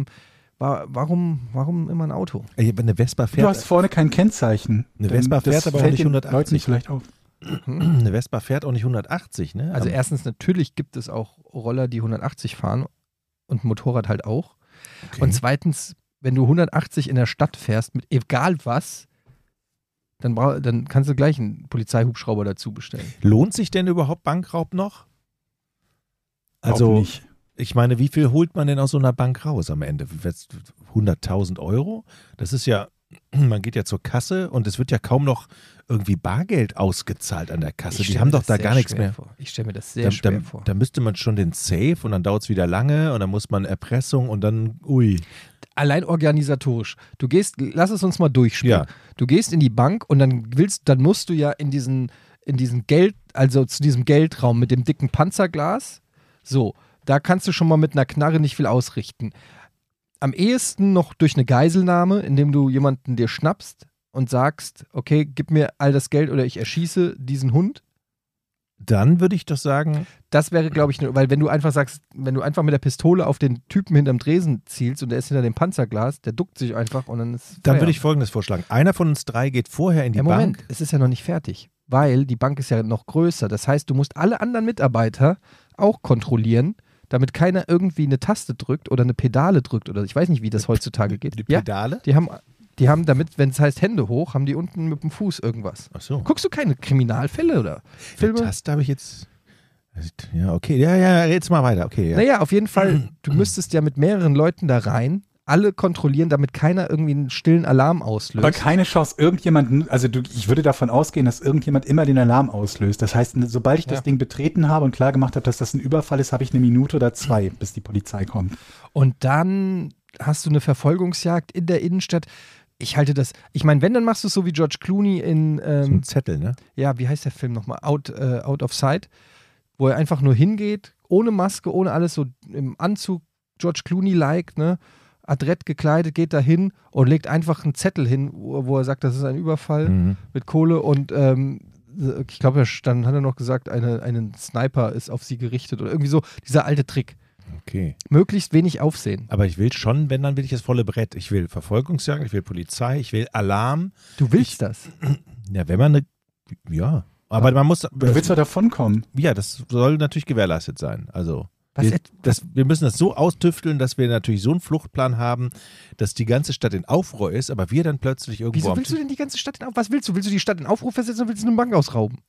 Warum immer ein Auto? Eine Vespa Du hast fährt, vorne kein Kennzeichen. Eine Vespa Das fährt aber auch fällt nicht den 180. Leuten nicht vielleicht auf. eine Vespa fährt auch nicht 180, ne? Also erstens, natürlich gibt es auch Roller, die 180 fahren und ein Motorrad halt auch. Okay. Und zweitens, wenn du 180 in der Stadt fährst, mit egal was, dann kannst du gleich einen Polizeihubschrauber dazu bestellen. Lohnt sich denn überhaupt Bankraub noch? Auch Also, nicht. ich meine, wie viel holt man denn aus so einer Bank raus am Ende? 100.000 Euro? Das ist ja, man geht ja zur Kasse und es wird ja kaum noch irgendwie Bargeld ausgezahlt an der Kasse. Die haben doch da gar nichts mehr. Ich stelle mir das sehr schwer vor. Da müsste man schon den Safe und dann dauert es wieder lange und dann muss man Erpressung und dann, ui. allein organisatorisch. Du gehst, lass es uns mal durchspielen. Ja. Du gehst in die Bank und dann musst du ja in diesen Geld, also zu diesem Geldraum mit dem dicken Panzerglas. So, da kannst du schon mal mit einer Knarre nicht viel ausrichten. Am ehesten noch durch eine Geiselnahme, indem du jemanden dir schnappst und sagst, okay, gib mir all das Geld oder ich erschieße diesen Hund. Dann würde ich doch sagen, Das wäre, glaube ich, weil wenn du einfach sagst, wenn du einfach mit der Pistole auf den Typen hinterm Tresen zielst und der ist hinter dem Panzerglas, der duckt sich einfach und dann ist dann Feierabend. würde ich Folgendes vorschlagen. Einer von uns drei geht vorher in die Ja, Moment, Bank. es ist ja noch nicht fertig, weil die Bank ist ja noch größer. Das heißt, du musst alle anderen Mitarbeiter auch kontrollieren, damit keiner irgendwie eine Taste drückt oder eine Pedale drückt oder ich weiß nicht, wie das heutzutage geht. Die Ja, Pedale? die haben damit, wenn es heißt Hände hoch, haben die unten mit dem Fuß irgendwas. Ach so. Guckst du keine Kriminalfälle oder Filme? Taste habe ich jetzt. Ja, okay. Ja, red's mal weiter. Okay, ja. Naja, auf jeden Fall, du müsstest ja mit mehreren Leuten da rein, alle kontrollieren, damit keiner irgendwie einen stillen Alarm auslöst. Aber keine Chance, irgendjemanden, ich würde davon ausgehen, dass irgendjemand immer den Alarm auslöst. Das heißt, sobald ich das Ding betreten habe und klar gemacht habe, dass das ein Überfall ist, habe ich 1 Minute oder 2, bis die Polizei kommt. Und dann hast du eine Verfolgungsjagd in der Innenstadt. Ich meine, wenn, dann machst du es so wie George Clooney in, So ein Zettel, ne? ja, wie heißt der Film nochmal? Out of Sight, wo er einfach nur hingeht, ohne Maske, ohne alles, so im Anzug, George Clooney-like, ne? Adrett gekleidet, geht da hin und legt einfach einen Zettel hin, wo er sagt, das ist ein Überfall mit Kohle und ich glaube, dann hat er noch gesagt, einen Sniper ist auf sie gerichtet oder irgendwie so, dieser alte Trick. Okay. Möglichst wenig Aufsehen. Aber ich will schon, wenn, dann will ich das volle Brett. Ich will Verfolgungsjagd, ich will Polizei, ich will Alarm. Du willst das? Ja, wenn man ja. Aber man muss, Du willst doch davonkommen. ja, das soll natürlich gewährleistet sein. Also, Was wir müssen das so austüfteln, dass wir natürlich so einen Fluchtplan haben, dass die ganze Stadt in Aufruhr ist, aber wir dann plötzlich irgendwo Wieso willst du denn die ganze Stadt in Aufruhr? Was willst du? Willst du die Stadt in Aufruhr versetzen oder willst du eine Bank ausrauben?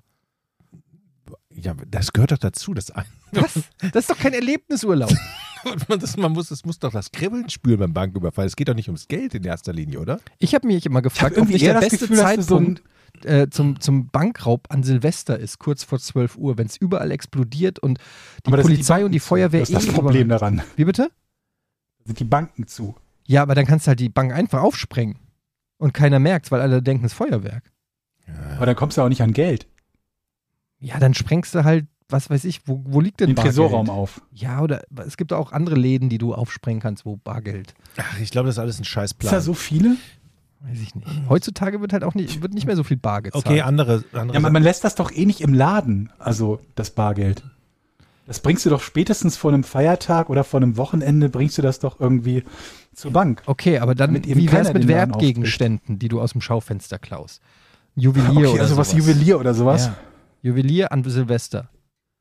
Ja, das gehört doch dazu. Was? Das ist doch kein Erlebnisurlaub. Das muss doch das Kribbeln spüren beim Banküberfall. Es geht doch nicht ums Geld in erster Linie, oder? Ich habe mich immer gefragt, ob irgendwie nicht eher der das beste Gefühl, dass du so ein- Zeitpunkt zum Bankraub an Silvester ist, kurz vor 12 Uhr, wenn es überall explodiert und die Aber da sind Polizei Banken und die zu. Feuerwehr Das ist das Problem über- daran. Wie bitte? Da sind die Banken zu. Ja, aber dann kannst du halt die Bank einfach aufsprengen und keiner merkt's, weil alle denken, es ist Feuerwerk. Aber dann kommst du auch nicht an Geld. Ja, dann sprengst du halt, was weiß ich, wo liegt denn Den Bargeld? Tresorraum auf. Ja, oder es gibt auch andere Läden, die du aufsprengen kannst, wo Bargeld. Ach, ich glaube, das ist alles ein Ist Scheißplan. da so viele? Weiß ich nicht. Heutzutage wird halt auch nicht mehr so viel Bar gezahlt. Okay, andere Ja, man lässt das doch eh nicht im Laden, also das Bargeld. Das bringst du doch spätestens vor einem Feiertag oder vor einem Wochenende, bringst du das doch irgendwie zur Bank. Okay, aber dann, Damit eben wie wär's keiner mit den Laden Wertgegenständen, die du aus dem Schaufenster klaust? Juwelier Okay, oder also was sowas. Juwelier oder sowas. Ja. Juwelier an Silvester.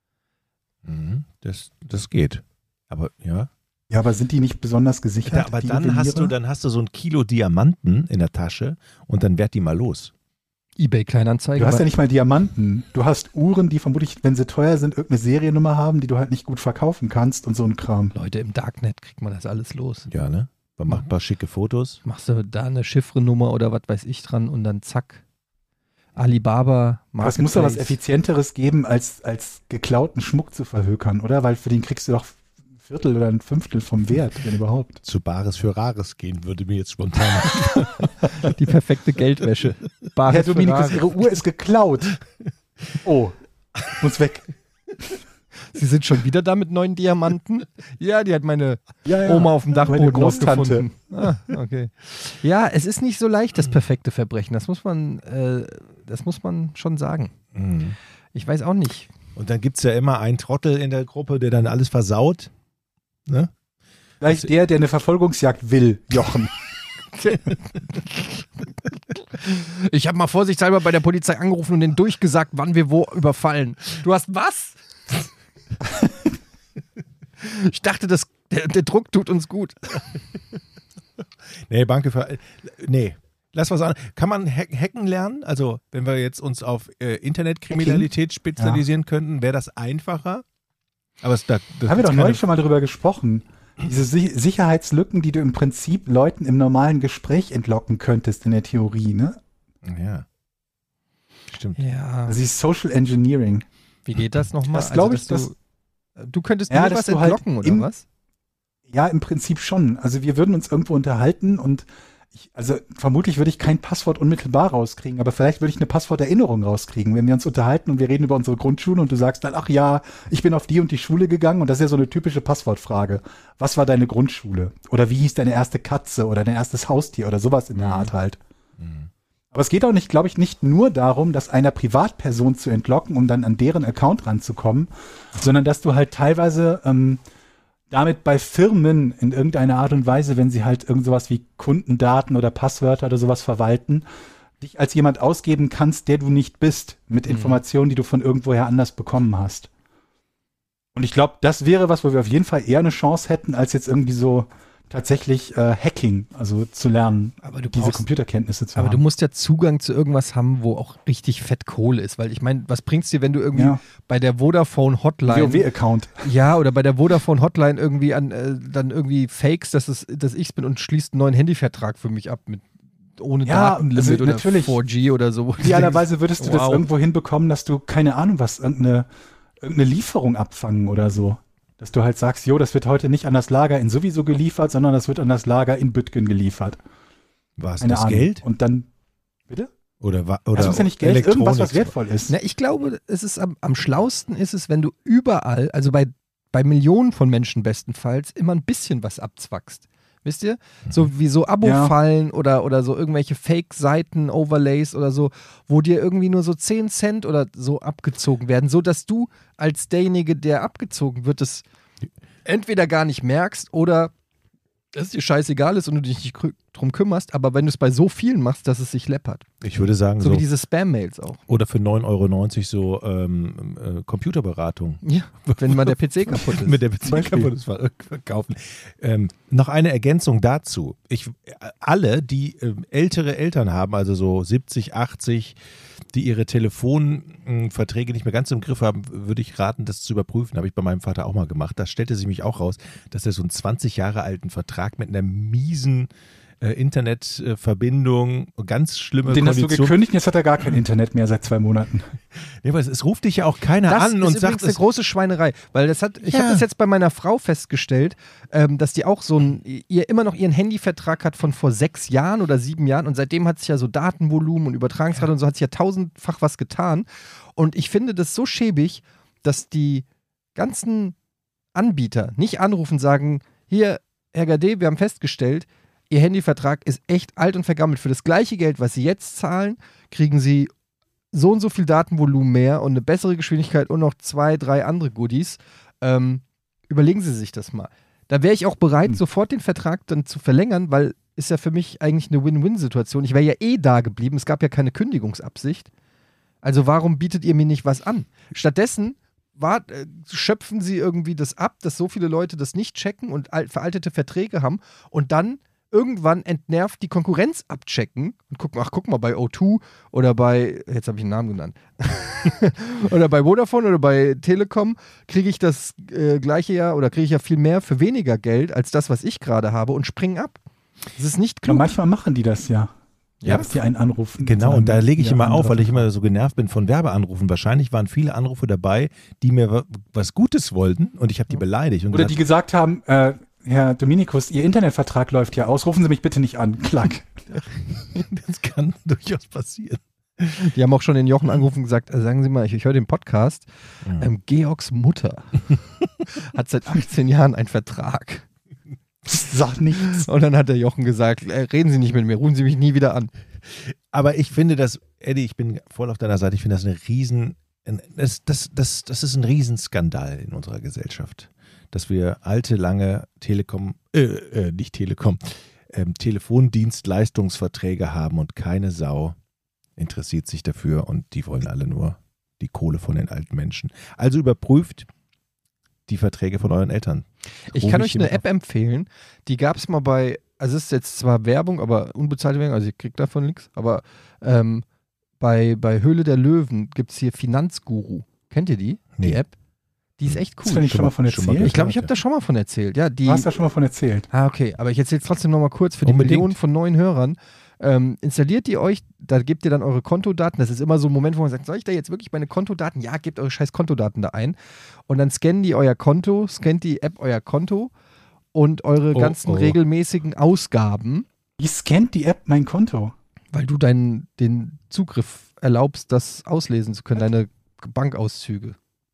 Das geht. Aber ja. Ja, aber sind die nicht besonders gesichert? Aber die dann hast Juweliere? du so ein Kilo Diamanten in der Tasche und dann werd die mal los. eBay Kleinanzeigen. Du hast ja nicht mal Diamanten. Du hast Uhren, die vermutlich, wenn sie teuer sind, irgendeine Seriennummer haben, die du halt nicht gut verkaufen kannst und so ein Kram. Leute, im Darknet kriegt man das alles los. Ja, ne? Man macht ein paar schicke Fotos. Machst du da eine Chiffrenummer oder was weiß ich dran und dann zack. Alibaba, Aber es muss doch was Marketplace. Effizienteres geben, als geklauten Schmuck zu verhökern, oder? Weil für den kriegst du doch ein Viertel oder ein Fünftel vom Wert, wenn überhaupt. Zu Bares für Rares gehen, würde mir jetzt spontan. Die perfekte Geldwäsche. Bares Herr Dominikus, Ferrari. Ihre Uhr ist geklaut. Oh, muss weg. Sie sind schon wieder da mit 9 Diamanten? Ja, die hat meine Ja, Oma auf dem Dachboden Meine Großtante. gefunden. Ah, okay. Ja, es ist nicht so leicht, das perfekte Verbrechen. Das muss man schon sagen. Mhm. Ich weiß auch nicht. Und dann gibt es ja immer einen Trottel in der Gruppe, der dann alles versaut. Ne? Vielleicht der eine Verfolgungsjagd will, Jochen. Ich habe mal vorsichtshalber bei der Polizei angerufen und denen durchgesagt, wann wir wo überfallen. Du hast was? Ich dachte, der Druck tut uns gut. Nee, nee. Lass was an. Kann man hacken lernen? Also, wenn wir jetzt uns auf Internetkriminalität spezialisieren könnten, wäre das einfacher? Aber da Haben wir doch neulich schon mal drüber gesprochen. Diese Sicherheitslücken, die du im Prinzip Leuten im normalen Gespräch entlocken könntest in der Theorie, ne? Ja. Stimmt. Ja. Also dieses Social Engineering. Wie geht das nochmal? Das glaube ich, du könntest Ja, mir dass was du halt entlocken, oder im- was? Ja, im Prinzip schon. Also wir würden uns irgendwo unterhalten und vermutlich würde ich kein Passwort unmittelbar rauskriegen, aber vielleicht würde ich eine Passworterinnerung rauskriegen, wenn wir uns unterhalten und wir reden über unsere Grundschule und du sagst dann, ach ja, ich bin auf die und die Schule gegangen und das ist ja so eine typische Passwortfrage. Was war deine Grundschule? Oder wie hieß deine erste Katze oder dein erstes Haustier oder sowas in der Art halt. Aber es geht auch nicht, glaube ich, nicht nur darum, das einer Privatperson zu entlocken, um dann an deren Account ranzukommen, sondern dass du halt teilweise damit bei Firmen in irgendeiner Art und Weise, wenn sie halt irgend sowas wie Kundendaten oder Passwörter oder sowas verwalten, dich als jemand ausgeben kannst, der du nicht bist, mit Informationen, die du von irgendwoher anders bekommen hast. Und ich glaube, das wäre was, wo wir auf jeden Fall eher eine Chance hätten, als jetzt irgendwie so tatsächlich Hacking, also zu lernen, Aber du diese brauchst- Computerkenntnisse zu haben. Aber du musst ja Zugang zu irgendwas haben, wo auch richtig fett Kohle ist. Weil ich meine, was bringt's dir, wenn du irgendwie bei der Vodafone Hotline WoW-Account. ja, oder bei der Vodafone Hotline irgendwie dann irgendwie fakes, dass ich's bin und schließt einen neuen Handyvertrag für mich ab ohne Ja, Datenlimit also oder natürlich. 4G oder so. Idealerweise würdest du das Wow. irgendwo hinbekommen, dass du, keine Ahnung was, irgendeine Lieferung abfangen oder so. Dass du halt sagst, jo, das wird heute nicht an das Lager in sowieso geliefert, sondern das wird an das Lager in Büttgen geliefert. War es Keine das Ahnung. Geld? Und dann, bitte? Oder Das muss ja nicht Geld, irgendwas, was wertvoll ist. Na, ich glaube, es ist am schlausten ist es, wenn du überall, also bei Millionen von Menschen bestenfalls, immer ein bisschen was abzwackst. Wisst ihr? So wie so Abo-Fallen oder so irgendwelche Fake-Seiten, Overlays oder so, wo dir irgendwie nur so 10 Cent oder so abgezogen werden, so dass du als derjenige, der abgezogen wird, es entweder gar nicht merkst oder dass es dir scheißegal ist und du dich nicht drum kümmerst, aber wenn du es bei so vielen machst, dass es sich läppert. Ich würde sagen, So so wie diese Spam-Mails auch. oder für 9,90 € so Computerberatung. Ja, wenn mal der PC kaputt ist. Mit der Beziehung kaputt ist, verkaufen. Noch eine Ergänzung dazu. Alle, die ältere Eltern haben, also so 70, 80, die ihre Telefonverträge nicht mehr ganz im Griff haben, würde ich raten, das zu überprüfen. Habe ich bei meinem Vater auch mal gemacht. Da stellte sich mich auch raus, dass er so einen 20 Jahre alten Vertrag mit einer miesen Internetverbindung, ganz schlimme Den hast du Kondition. gekündigt, jetzt hat er gar kein Internet mehr seit 2 Monaten. Ja, aber es ruft dich ja auch keiner Das an ist und übrigens sagt, eine große Schweinerei, weil ich habe das jetzt bei meiner Frau festgestellt, dass die auch ihr immer noch ihren Handyvertrag hat von vor 6 Jahren oder 7 Jahren und seitdem hat sich ja so Datenvolumen und Übertragungsrate und so hat sich ja tausendfach was getan und ich finde das so schäbig, dass die ganzen Anbieter nicht anrufen und sagen, hier, Herr Gade, wir haben festgestellt, Ihr Handyvertrag ist echt alt und vergammelt. Für das gleiche Geld, was Sie jetzt zahlen, kriegen Sie so und so viel Datenvolumen mehr und eine bessere Geschwindigkeit und noch 2, 3 andere Goodies. Überlegen Sie sich das mal. Da wäre ich auch bereit, sofort den Vertrag dann zu verlängern, weil ist ja für mich eigentlich eine Win-Win-Situation. Ich wäre ja eh da geblieben. Es gab ja keine Kündigungsabsicht. Also warum bietet ihr mir nicht was an? Stattdessen schöpfen Sie irgendwie das ab, dass so viele Leute das nicht checken und veraltete Verträge haben und dann irgendwann entnervt die Konkurrenz abchecken und gucken, guck mal, bei O2 oder bei, jetzt habe ich einen Namen genannt, oder bei Vodafone oder bei Telekom kriege ich das gleiche ja oder kriege ich ja viel mehr für weniger Geld als das, was ich gerade habe und springen ab. Das ist nicht Ja, klug. manchmal machen die das ja. Ja, dass die einen anrufen. Genau, und da lege ich Ja, immer auf, weil ich andere. immer so genervt bin von Werbeanrufen. Wahrscheinlich waren viele Anrufe dabei, die mir was Gutes wollten und ich habe die beleidigt. Und Oder die gesagt haben, Herr Dominikus, Ihr Internetvertrag läuft ja aus, rufen Sie mich bitte nicht an. Klack. das kann durchaus passieren. Die haben auch schon den Jochen angerufen und gesagt, sagen Sie mal, ich höre den Podcast, Georgs Mutter hat seit 18 Jahren einen Vertrag. Sag nichts. Und dann hat der Jochen gesagt, reden Sie nicht mit mir, rufen Sie mich nie wieder an. Aber ich finde das, Eddie, ich bin voll auf deiner Seite, ich finde das das ist ein Riesenskandal in unserer Gesellschaft, dass wir alte, lange Telefondienstleistungsverträge haben und keine Sau interessiert sich dafür und die wollen alle nur die Kohle von den alten Menschen. Also überprüft die Verträge von euren Eltern. Ich kann euch eine App empfehlen, die gab es mal also es ist jetzt zwar Werbung, aber unbezahlte Werbung, also ihr kriegt davon nichts, aber bei Höhle der Löwen gibt es hier Finanzguru. Kennt ihr die? Nee. Die App? Die ist echt Hast cool. du nicht schon mal von erzählt? Ich glaube, ich habe da schon mal von erzählt. Ja, Du hast da schon mal von erzählt. Okay, aber ich erzähle es trotzdem nochmal kurz für die Unbedingt. Millionen von neuen Hörern. Installiert ihr euch, da gebt ihr dann eure Kontodaten. Das ist immer so ein Moment, wo man sagt, soll ich da jetzt wirklich meine Kontodaten? Ja, gebt eure scheiß Kontodaten da ein. Und dann scannt die App euer Konto und eure Oh, ganzen oh. regelmäßigen Ausgaben, Wie scannt die App mein Konto? weil du den Zugriff erlaubst, das auslesen zu können, deine Bankauszüge.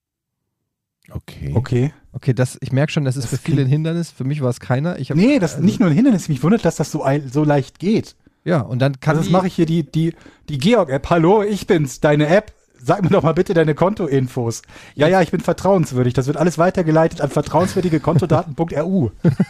Okay. Okay. Okay, ich merke schon, das ist Das für viele ein klingt- Hindernis. Für mich war es keiner. Nee, das ist nicht nur ein Hindernis. Mich wundert, dass das so leicht geht. Ja, und dann kann Also das mache ich hier die Georg-App. Hallo, ich bin's, deine App. Sag mir doch mal bitte deine Kontoinfos. Ja, ich bin vertrauenswürdig. Das wird alles weitergeleitet an vertrauenswürdige Kontodaten.ru.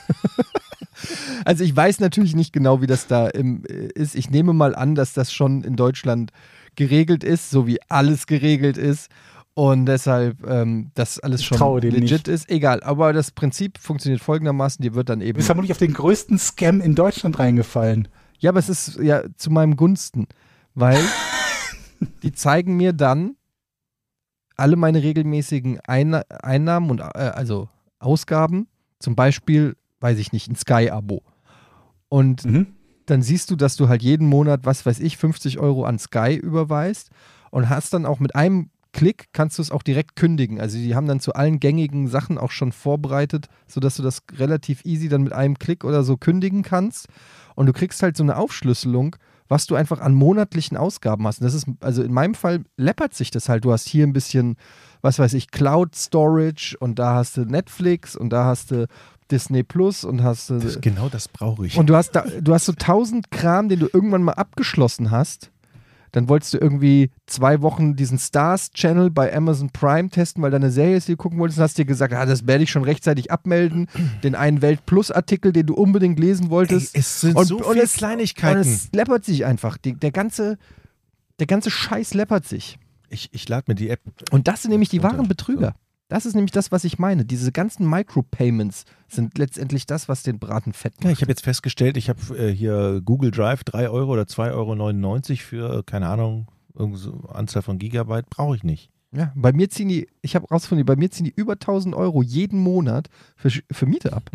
Also ich weiß natürlich nicht genau, wie das da ist. Ich nehme mal an, dass das schon in Deutschland geregelt ist, so wie alles geregelt ist. Und deshalb das alles schon traue dem legit nicht. ist. Egal, aber das Prinzip funktioniert folgendermaßen, dir wird dann Du eben... bist vermutlich auf den größten Scam in Deutschland reingefallen. Ja, aber es ist ja zu meinem Gunsten, weil die zeigen mir dann alle meine regelmäßigen Einnahmen und also Ausgaben, zum Beispiel, weiß ich nicht, ein Sky-Abo. Und dann siehst du, dass du halt jeden Monat, was weiß ich, 50 € an Sky überweist und hast dann auch mit einem Klick kannst du es auch direkt kündigen. Also die haben dann zu allen gängigen Sachen auch schon vorbereitet, sodass du das relativ easy dann mit einem Klick oder so kündigen kannst. Und du kriegst halt so eine Aufschlüsselung, was du einfach an monatlichen Ausgaben hast. Und das ist, also in meinem Fall läppert sich das halt. Du hast hier ein bisschen, was weiß ich, Cloud Storage und da hast du Netflix und da hast du Disney Plus und hast du. Genau das brauche ich. Und du hast so 1000 Kram, den du irgendwann mal abgeschlossen hast. Dann wolltest du irgendwie 2 Wochen diesen Stars-Channel bei Amazon Prime testen, weil da eine Serie ist, die du gucken wolltest, und hast dir gesagt, das werde ich schon rechtzeitig abmelden. Den einen Welt-Plus-Artikel, den du unbedingt lesen wolltest. es sind so viele Kleinigkeiten. Und es läppert sich einfach. Der ganze Scheiß läppert sich. Ich lade mir die App. Und das sind nämlich die runter. wahren Betrüger. Das ist nämlich das, was ich meine. Diese ganzen Micropayments sind letztendlich das, was den Braten fett macht. Ja, ich habe jetzt festgestellt, ich habe hier Google Drive 3 € oder 2,99 € für, keine Ahnung, irgendeine so Anzahl von Gigabyte, brauche ich nicht. Ja, bei mir ziehen ich habe rausgefunden, bei mir ziehen die über 1000 € jeden Monat für Miete ab.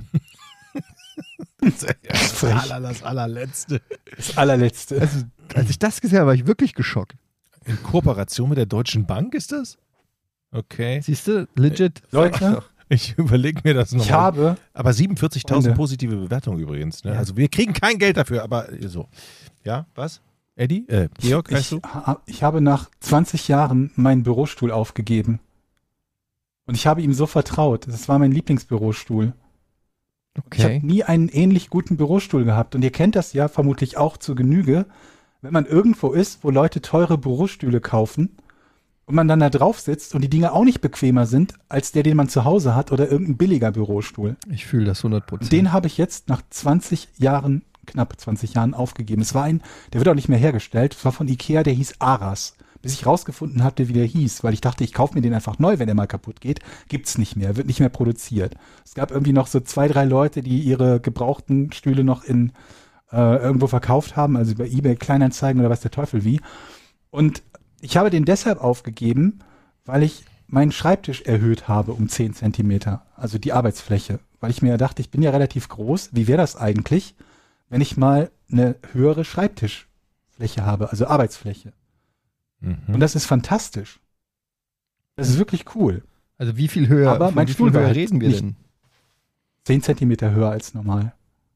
Das allerletzte. Das allerletzte. Also, als ich das gesehen habe, war ich wirklich geschockt. In Kooperation mit der Deutschen Bank ist das? Okay. Siehst du, legit. Leute, Ich überlege mir das ich nochmal. habe Aber 47.000 Freunde. positive Bewertungen übrigens. Ne? Ja. Also wir kriegen kein Geld dafür, aber so. Ja, was? Eddie? Georg, weißt du? Ich habe nach 20 Jahren meinen Bürostuhl aufgegeben. Und ich habe ihm so vertraut. Das war mein Lieblingsbürostuhl. Ich habe Okay. nie einen ähnlich guten Bürostuhl gehabt. Und ihr kennt das ja vermutlich auch zur Genüge, wenn man irgendwo ist, wo Leute teure Bürostühle kaufen und man dann da drauf sitzt und die Dinge auch nicht bequemer sind als der, den man zu Hause hat oder irgendein billiger Bürostuhl. Ich fühle das 100%. Und den habe ich jetzt nach 20 Jahren, knapp 20 Jahren aufgegeben. Es war der wird auch nicht mehr hergestellt. Es war von Ikea, der hieß Aras. Bis ich rausgefunden hatte, wie der hieß, weil ich dachte, ich kaufe mir den einfach neu, wenn der mal kaputt geht. Gibt's nicht mehr, wird nicht mehr produziert. Es gab irgendwie noch so 2, 3 Leute, die ihre gebrauchten Stühle noch irgendwo verkauft haben, also über eBay, Kleinanzeigen oder weiß der Teufel wie. Und ich habe den deshalb aufgegeben, weil ich meinen Schreibtisch erhöht habe um 10 Zentimeter, also die Arbeitsfläche. Weil ich mir dachte, ich bin ja relativ groß, wie wäre das eigentlich, wenn ich mal eine höhere Schreibtischfläche habe, also Arbeitsfläche. Und Mhm. das ist fantastisch. Das ist wirklich cool. Also wie viel höher, Aber von mein wie Stuhl viel war höher halt reden wir nicht- denn? 10 Zentimeter höher als normal.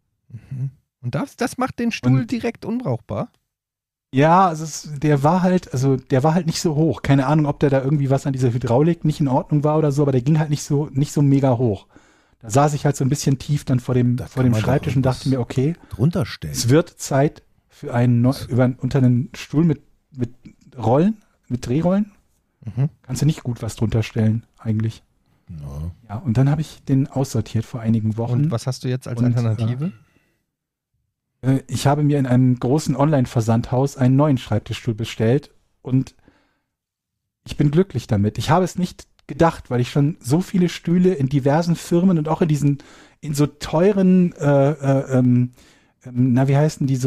Und das macht den Stuhl Und- direkt unbrauchbar. Ja, der war halt nicht so hoch. Keine Ahnung, ob der da irgendwie was an dieser Hydraulik nicht in Ordnung war oder so, aber der ging halt nicht so mega hoch. Da saß ich halt so ein bisschen tief dann vor dem Da kann man doch Schreibtisch und dachte irgendwas mir, okay, Drunter stellen. es wird Zeit für unter einen Stuhl mit Rollen, mit Drehrollen. Mhm. Kannst du nicht gut was drunter stellen, eigentlich. Ja. Ja, und dann habe ich den aussortiert vor einigen Wochen. Und was hast du jetzt als Und, Alternative? Ich habe mir in einem großen Online-Versandhaus einen neuen Schreibtischstuhl bestellt und ich bin glücklich damit. Ich habe es nicht gedacht, weil ich schon so viele Stühle in diversen Firmen und auch in so teuren, wie heißen die,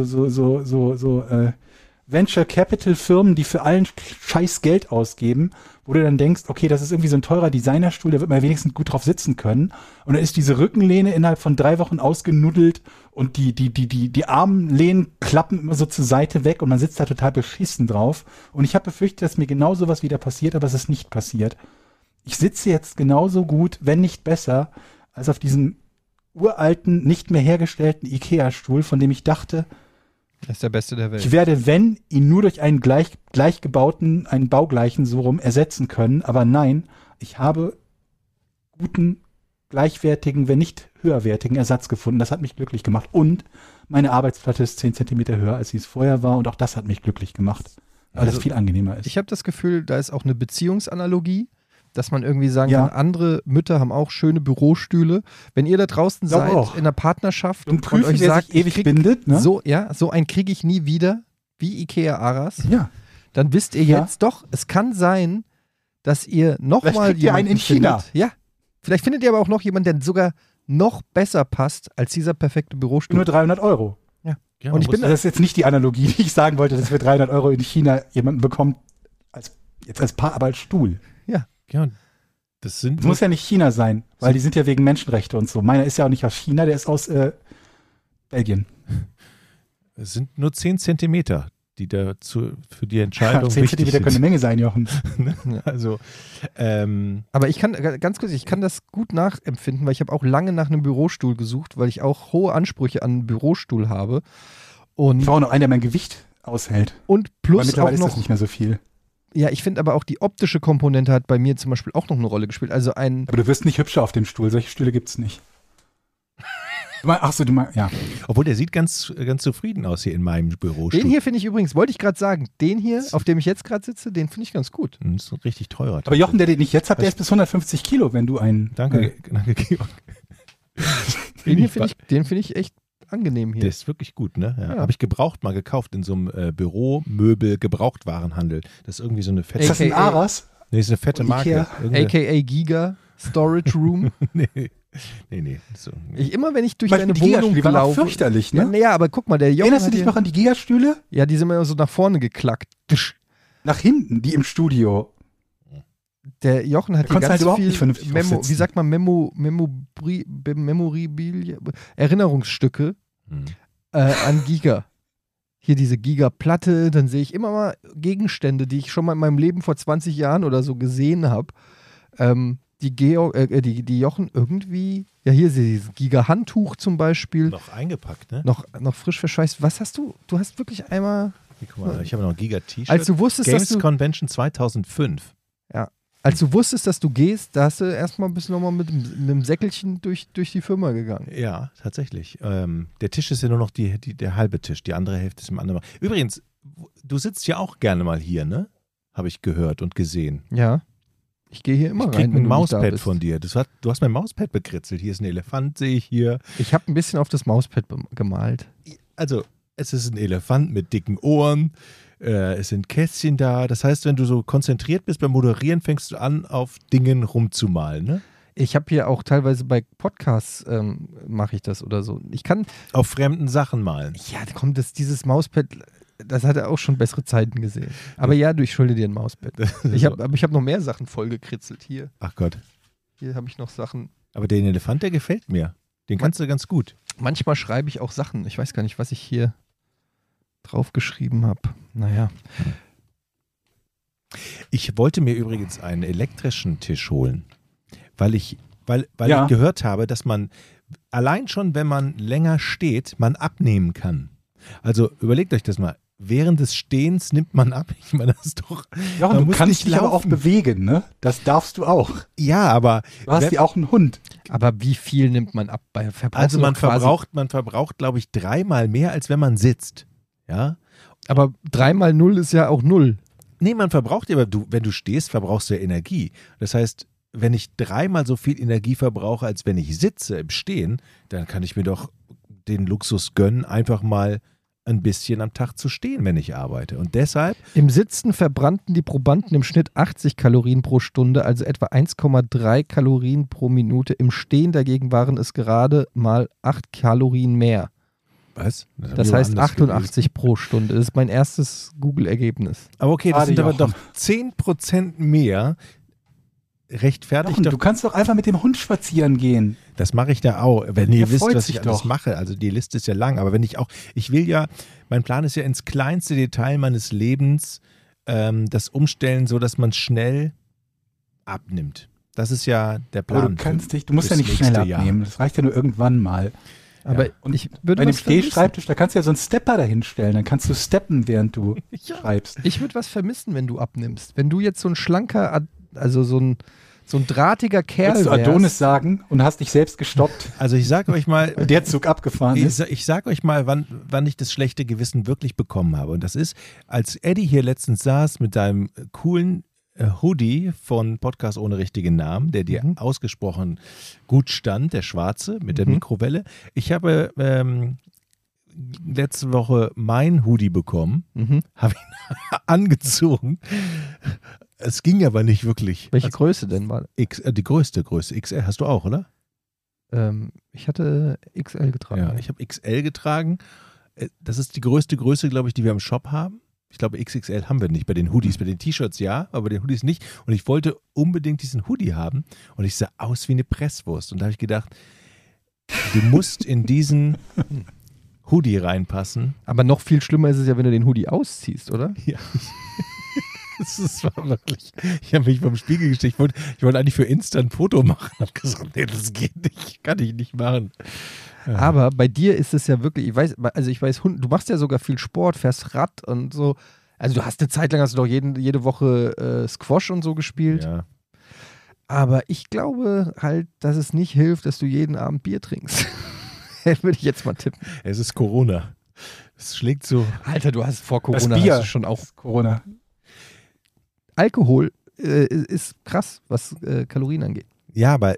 Venture Capital Firmen, die für allen scheiß Geld ausgeben, wo du dann denkst, okay, das ist irgendwie so ein teurer Designerstuhl, da wird man wenigstens gut drauf sitzen können. Und dann ist diese Rückenlehne innerhalb von 3 Wochen ausgenuddelt und die Armlehnen klappen immer so zur Seite weg und man sitzt da total beschissen drauf. Und ich habe befürchtet, dass mir genau sowas wieder passiert, aber es ist nicht passiert. Ich sitze jetzt genauso gut, wenn nicht besser, als auf diesem uralten, nicht mehr hergestellten Ikea-Stuhl, von dem ich dachte, Das ist der beste der Welt. ich werde, wenn, ihn nur durch einen gleich gebauten, einen baugleichen so rum ersetzen können. Aber nein, ich habe guten, gleichwertigen, wenn nicht höherwertigen Ersatz gefunden. Das hat mich glücklich gemacht. Und meine Arbeitsplatte ist 10 Zentimeter höher, als sie es vorher war. Und auch das hat mich glücklich gemacht, weil das viel angenehmer ist. Ich habe das Gefühl, da ist auch eine Beziehungsanalogie, dass man irgendwie sagen Ja. kann, andere Mütter haben auch schöne Bürostühle. Wenn ihr da draußen Glaub seid, auch. in einer Partnerschaft Und Prüfen, euch der sagt, sich ewig ich krieg bindet, ne? so einen kriege ich nie wieder, wie Ikea Aras, Ja. dann wisst ihr Ja. jetzt doch, es kann sein, dass ihr Vielleicht nochmal kriegt ihr einen in China. findet. Ja, vielleicht findet ihr aber auch noch jemanden, der sogar noch besser passt als dieser perfekte Bürostuhl. Nur 300 €. Ja, Und ich bin Das ist jetzt nicht die Analogie, die ich sagen wollte, dass für 300 € in China jemanden bekommt, als Paar, aber als Stuhl. ja, das sind Es muss ja nicht China sein, weil die sind ja wegen Menschenrechte und so. Meiner ist ja auch nicht aus China, der ist aus Belgien. es sind nur 10 Zentimeter, die für die Entscheidung 10 wichtig Zentimeter können eine sind. Menge sein, Jochen. Also, Aber ich kann, ganz kurz, ich kann das gut nachempfinden, weil ich habe auch lange nach einem Bürostuhl gesucht, weil ich auch hohe Ansprüche an einen Bürostuhl habe. Ich Und brauche noch einen, der mein Gewicht aushält. Und Weil plus auch mittlerweile ist das noch, nicht mehr so viel. ja, ich finde aber auch die optische Komponente hat bei mir zum Beispiel auch noch eine Rolle gespielt. Also Aber du wirst nicht hübscher auf dem Stuhl. Solche Stühle gibt es nicht. Ja. obwohl der sieht ganz, ganz zufrieden aus hier in meinem Bürostuhl. den hier finde ich übrigens, wollte ich gerade sagen, den hier, auf dem ich jetzt gerade sitze, den finde ich ganz gut. Das ist ein richtig teurer. Aber Jochen, der den ich jetzt habe, der ist bis 150 Kilo, wenn du einen... Danke, danke, Georg. Den finde ich echt angenehm hier. Der ist wirklich gut, ne? Ja. Ja. Habe ich gebraucht mal gekauft in so einem Büromöbel-Gebrauchtwarenhandel. Das ist irgendwie so eine fette, Ist das ein AKA Aras? nee, ist eine fette Marke. Ikea? Irgendeine- AKA Giga Storage Room. nee. So. Immer wenn ich durch Zum Beispiel eine die Wohnung Gigastühle, die waren auch laufe. fürchterlich, Ja, ne? naja, aber guck mal, der Jochen Erinnerst du hat dich hier, noch an die Gigastühle? ja, die sind immer so nach vorne geklackt. Nach hinten, die im Studio. Der Jochen hat Da hier konntest du ganz halt überhaupt viel nicht vernünftig aufsitzen. wie sagt man, Erinnerungsstücke Hm. an Giga. Hier diese Giga-Platte, dann sehe ich immer mal Gegenstände, die ich schon mal in meinem Leben vor 20 Jahren oder so gesehen habe. Die Jochen irgendwie, ja hier ist dieses Giga-Handtuch zum Beispiel, Noch eingepackt, ne? noch frisch verschweißt. Was hast du? Du hast wirklich einmal, Hier, guck mal, ich habe noch ein Giga-T-Shirt. als du wusstest, Games dass du Convention 2005. gehst, da hast du erstmal bist du nochmal mit einem Säckelchen durch die Firma gegangen. Ja, tatsächlich. Der Tisch ist ja nur noch der halbe Tisch. Die andere Hälfte ist im anderen. Übrigens, du sitzt ja auch gerne mal hier, ne? Habe ich gehört und gesehen. Ja. Ich gehe hier immer Ich krieg rein, ein wenn du nicht da Mauspad bist. von dir. Du hast mein Mauspad bekritzelt. Hier ist ein Elefant, sehe ich hier. Ich habe ein bisschen auf das Mauspad gemalt. Also, es ist ein Elefant mit dicken Ohren. Es sind Kästchen da. Das heißt, wenn du so konzentriert bist beim Moderieren, fängst du an, auf Dingen rumzumalen, ne? Ich habe hier auch teilweise bei Podcasts mache ich das oder so. Ich kann, Auf fremden Sachen malen. ja, kommt dieses Mauspad, das hat er auch schon bessere Zeiten gesehen. Aber ja, ich schulde dir ein Mauspad. Aber ich habe noch mehr Sachen vollgekritzelt. Hier Ach Gott. habe ich noch Sachen. Aber den Elefant, der gefällt mir. Den kannst du ganz gut. Manchmal schreibe ich auch Sachen. Ich weiß gar nicht, was ich hier draufgeschrieben habe. Naja. Ich wollte mir übrigens einen elektrischen Tisch holen, weil ich Ja. ich gehört habe, dass man allein schon, wenn man länger steht, man abnehmen kann. Also überlegt euch das mal. Während des Stehens nimmt man ab. Ich meine, das ist doch. Jochen, man du muss kannst nicht dich aber auch laufen. bewegen, ne? Das darfst du auch. Ja, aber Du hast Wenn- ja auch einen Hund. Aber wie viel nimmt man ab bei Verbrauch? also man verbraucht, glaube ich, 3-mal mehr, als wenn man sitzt. Ja. Aber 3 mal 0 ist ja auch 0. Nee, man verbraucht ja, aber wenn du stehst, verbrauchst du ja Energie. Das heißt, wenn ich 3-mal so viel Energie verbrauche, als wenn ich sitze im Stehen, dann kann ich mir doch den Luxus gönnen, einfach mal ein bisschen am Tag zu stehen, wenn ich arbeite. Und deshalb, Im Sitzen verbrannten die Probanden im Schnitt 80 Kalorien pro Stunde, also etwa 1,3 Kalorien pro Minute. Im Stehen dagegen waren es gerade mal 8 Kalorien mehr. was? Das heißt 88 pro Stunde. Das ist mein erstes Google-Ergebnis. Aber okay, das Gerade sind aber Jochen. doch 10% mehr. Rechtfertigt Jochen, doch. du kannst doch einfach mit dem Hund spazieren gehen. Das mache ich da auch. Wenn Der ihr wisst, freut was sich ich alles doch. mache, also die Liste ist ja lang, aber wenn mein Plan ist ja ins kleinste Detail meines Lebens das Umstellen, so dass man schnell abnimmt. Das ist ja der Aber Plan. du musst ja nicht schnell abnehmen. Das reicht ja nur irgendwann mal. Aber Und ich würde bei dem was vermissen. Stehschreibtisch, da kannst du ja so einen Stepper dahinstellen. Dann kannst du steppen, während du schreibst. Ich würde was vermissen, wenn du abnimmst. Wenn du jetzt so ein schlanker, also so ein drahtiger Kerl Willst du wärst. Adonis sagen und hast dich selbst gestoppt, Also ich sage euch mal, und der Zug abgefahren ist? ich sag euch mal, wann ich das schlechte Gewissen wirklich bekommen habe. Und das ist, als Eddie hier letztens saß mit deinem coolen Hoodie von Podcast ohne richtigen Namen, der dir ausgesprochen gut stand, der schwarze mit der Mikrowelle. Ich habe letzte Woche mein Hoodie bekommen, habe ihn angezogen. Es ging aber nicht wirklich. Welche Größe denn mal? Die größte Größe. XL hast du auch, oder? Ich hatte XL getragen. Ja, ich habe XL getragen. Das ist die größte Größe, glaube ich, die wir im Shop haben. Ich glaube, XXL haben wir nicht. Bei den Hoodies, bei den T-Shirts ja, aber bei den Hoodies nicht. Und ich wollte unbedingt diesen Hoodie haben und ich sah aus wie eine Presswurst. Und da habe ich gedacht, du musst in diesen Hoodie reinpassen. Aber noch viel schlimmer ist es ja, wenn du den Hoodie ausziehst, oder? Ja. Das war wirklich. Ich habe mich vom Spiegel gestellt. Ich wollte eigentlich für Insta ein Foto machen. Ich habe gesagt, nee, das geht nicht. Kann ich nicht machen. Ja. Aber bei dir ist es ja wirklich, ich weiß, du machst ja sogar viel Sport, fährst Rad und so. Also du hast eine Zeit lang, hast du doch jede Woche Squash und so gespielt. Ja. Aber ich glaube halt, dass es nicht hilft, dass du jeden Abend Bier trinkst. Würde ich jetzt mal tippen. Es ist Corona. Es schlägt so. Alter, du hast vor Das Corona Bier hast du schon auch. Corona. Alkohol ist krass, was Kalorien angeht. Ja, aber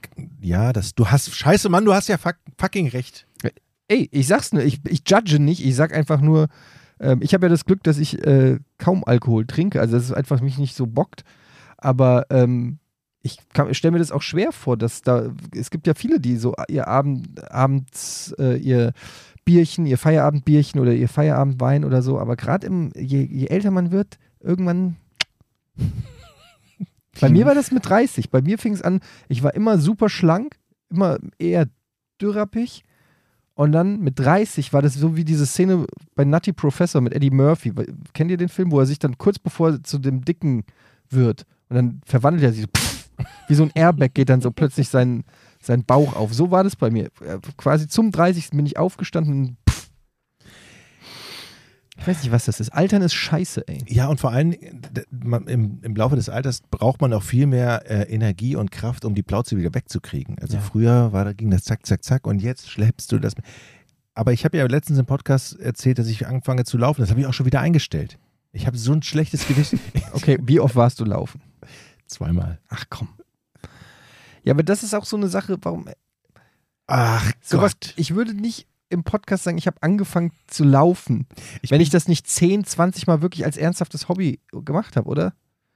du hast ja fucking recht. Ey, ich sag's nur, ich judge nicht, ich sag einfach nur, ich habe ja das Glück, dass ich kaum Alkohol trinke, also dass es einfach mich nicht so bockt, aber ich stelle mir das auch schwer vor, dass es gibt ja viele, die so ihr abends ihr Bierchen, ihr Feierabendbierchen oder ihr Feierabendwein oder so, aber gerade je älter man wird, irgendwann. Bei mir war das mit 30. Bei mir fing es an, ich war immer super schlank, immer eher dürrappig. Und dann mit 30 war das so wie diese Szene bei Nutty Professor mit Eddie Murphy. Kennt ihr den Film, wo er sich dann kurz bevor er zu dem Dicken wird und dann verwandelt er sich so, wie so ein Airbag geht dann so plötzlich sein Bauch auf. So war das bei mir. Quasi zum 30. bin ich aufgestanden und ich weiß nicht, was das ist. Altern ist scheiße, ey. Ja, und vor allem im Laufe des Alters braucht man auch viel mehr Energie und Kraft, um die Plauze wieder wegzukriegen. Also früher ging das zack, zack, zack und jetzt schleppst du das. Aber ich habe ja letztens im Podcast erzählt, dass ich anfange zu laufen. Das habe ich auch schon wieder eingestellt. Ich habe so ein schlechtes Gewissen. Okay, wie oft warst du laufen? 2-mal. Ach komm. Ja, aber das ist auch so eine Sache, warum. Ach sowas, Gott. ich würde nicht im Podcast sagen, ich habe angefangen zu laufen, wenn ich das nicht 10, 20 Mal wirklich als ernsthaftes Hobby gemacht habe, oder?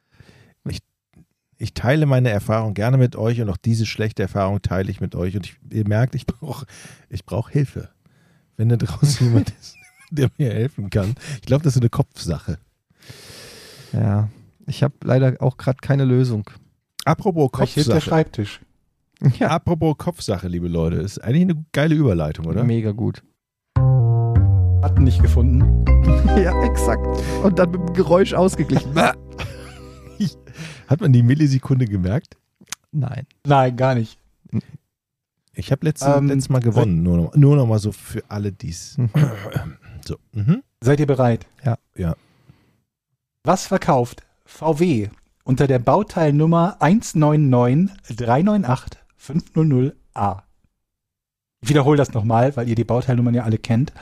Ich teile meine Erfahrung gerne mit euch und auch diese schlechte Erfahrung teile ich mit euch. Und ihr merkt, ich brauch Hilfe. Wenn da draußen jemand ist, der mir helfen kann. Ich glaube, das ist eine Kopfsache. Ja, ich habe leider auch gerade keine Lösung. Apropos Vielleicht hilft der Kopfsache. Schreibtisch. Ja, Apropos Kopfsache, liebe Leute. Ist eigentlich eine geile Überleitung, oder? mega gut. Hatten nicht gefunden. Ja, exakt. Und dann mit dem Geräusch ausgeglichen. Hat man die Millisekunde gemerkt? Nein. Nein, gar nicht. Ich habe letztes Mal gewonnen. Nur noch mal so für alle dies. So. Seid ihr bereit? Ja. Was verkauft VW unter der Bauteilnummer 199398500A? Ich wiederhole das nochmal, weil ihr die Bauteilnummern ja alle kennt.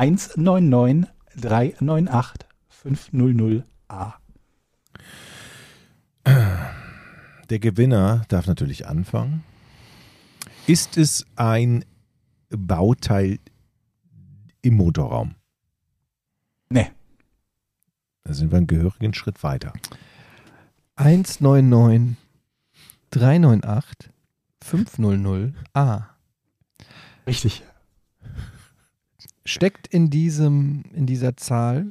199398500A. Der Gewinner darf natürlich anfangen. Ist es ein Bauteil im Motorraum? Nee. Da sind wir einen gehörigen Schritt weiter. 199398500A. Richtig. Steckt in dieser Zahl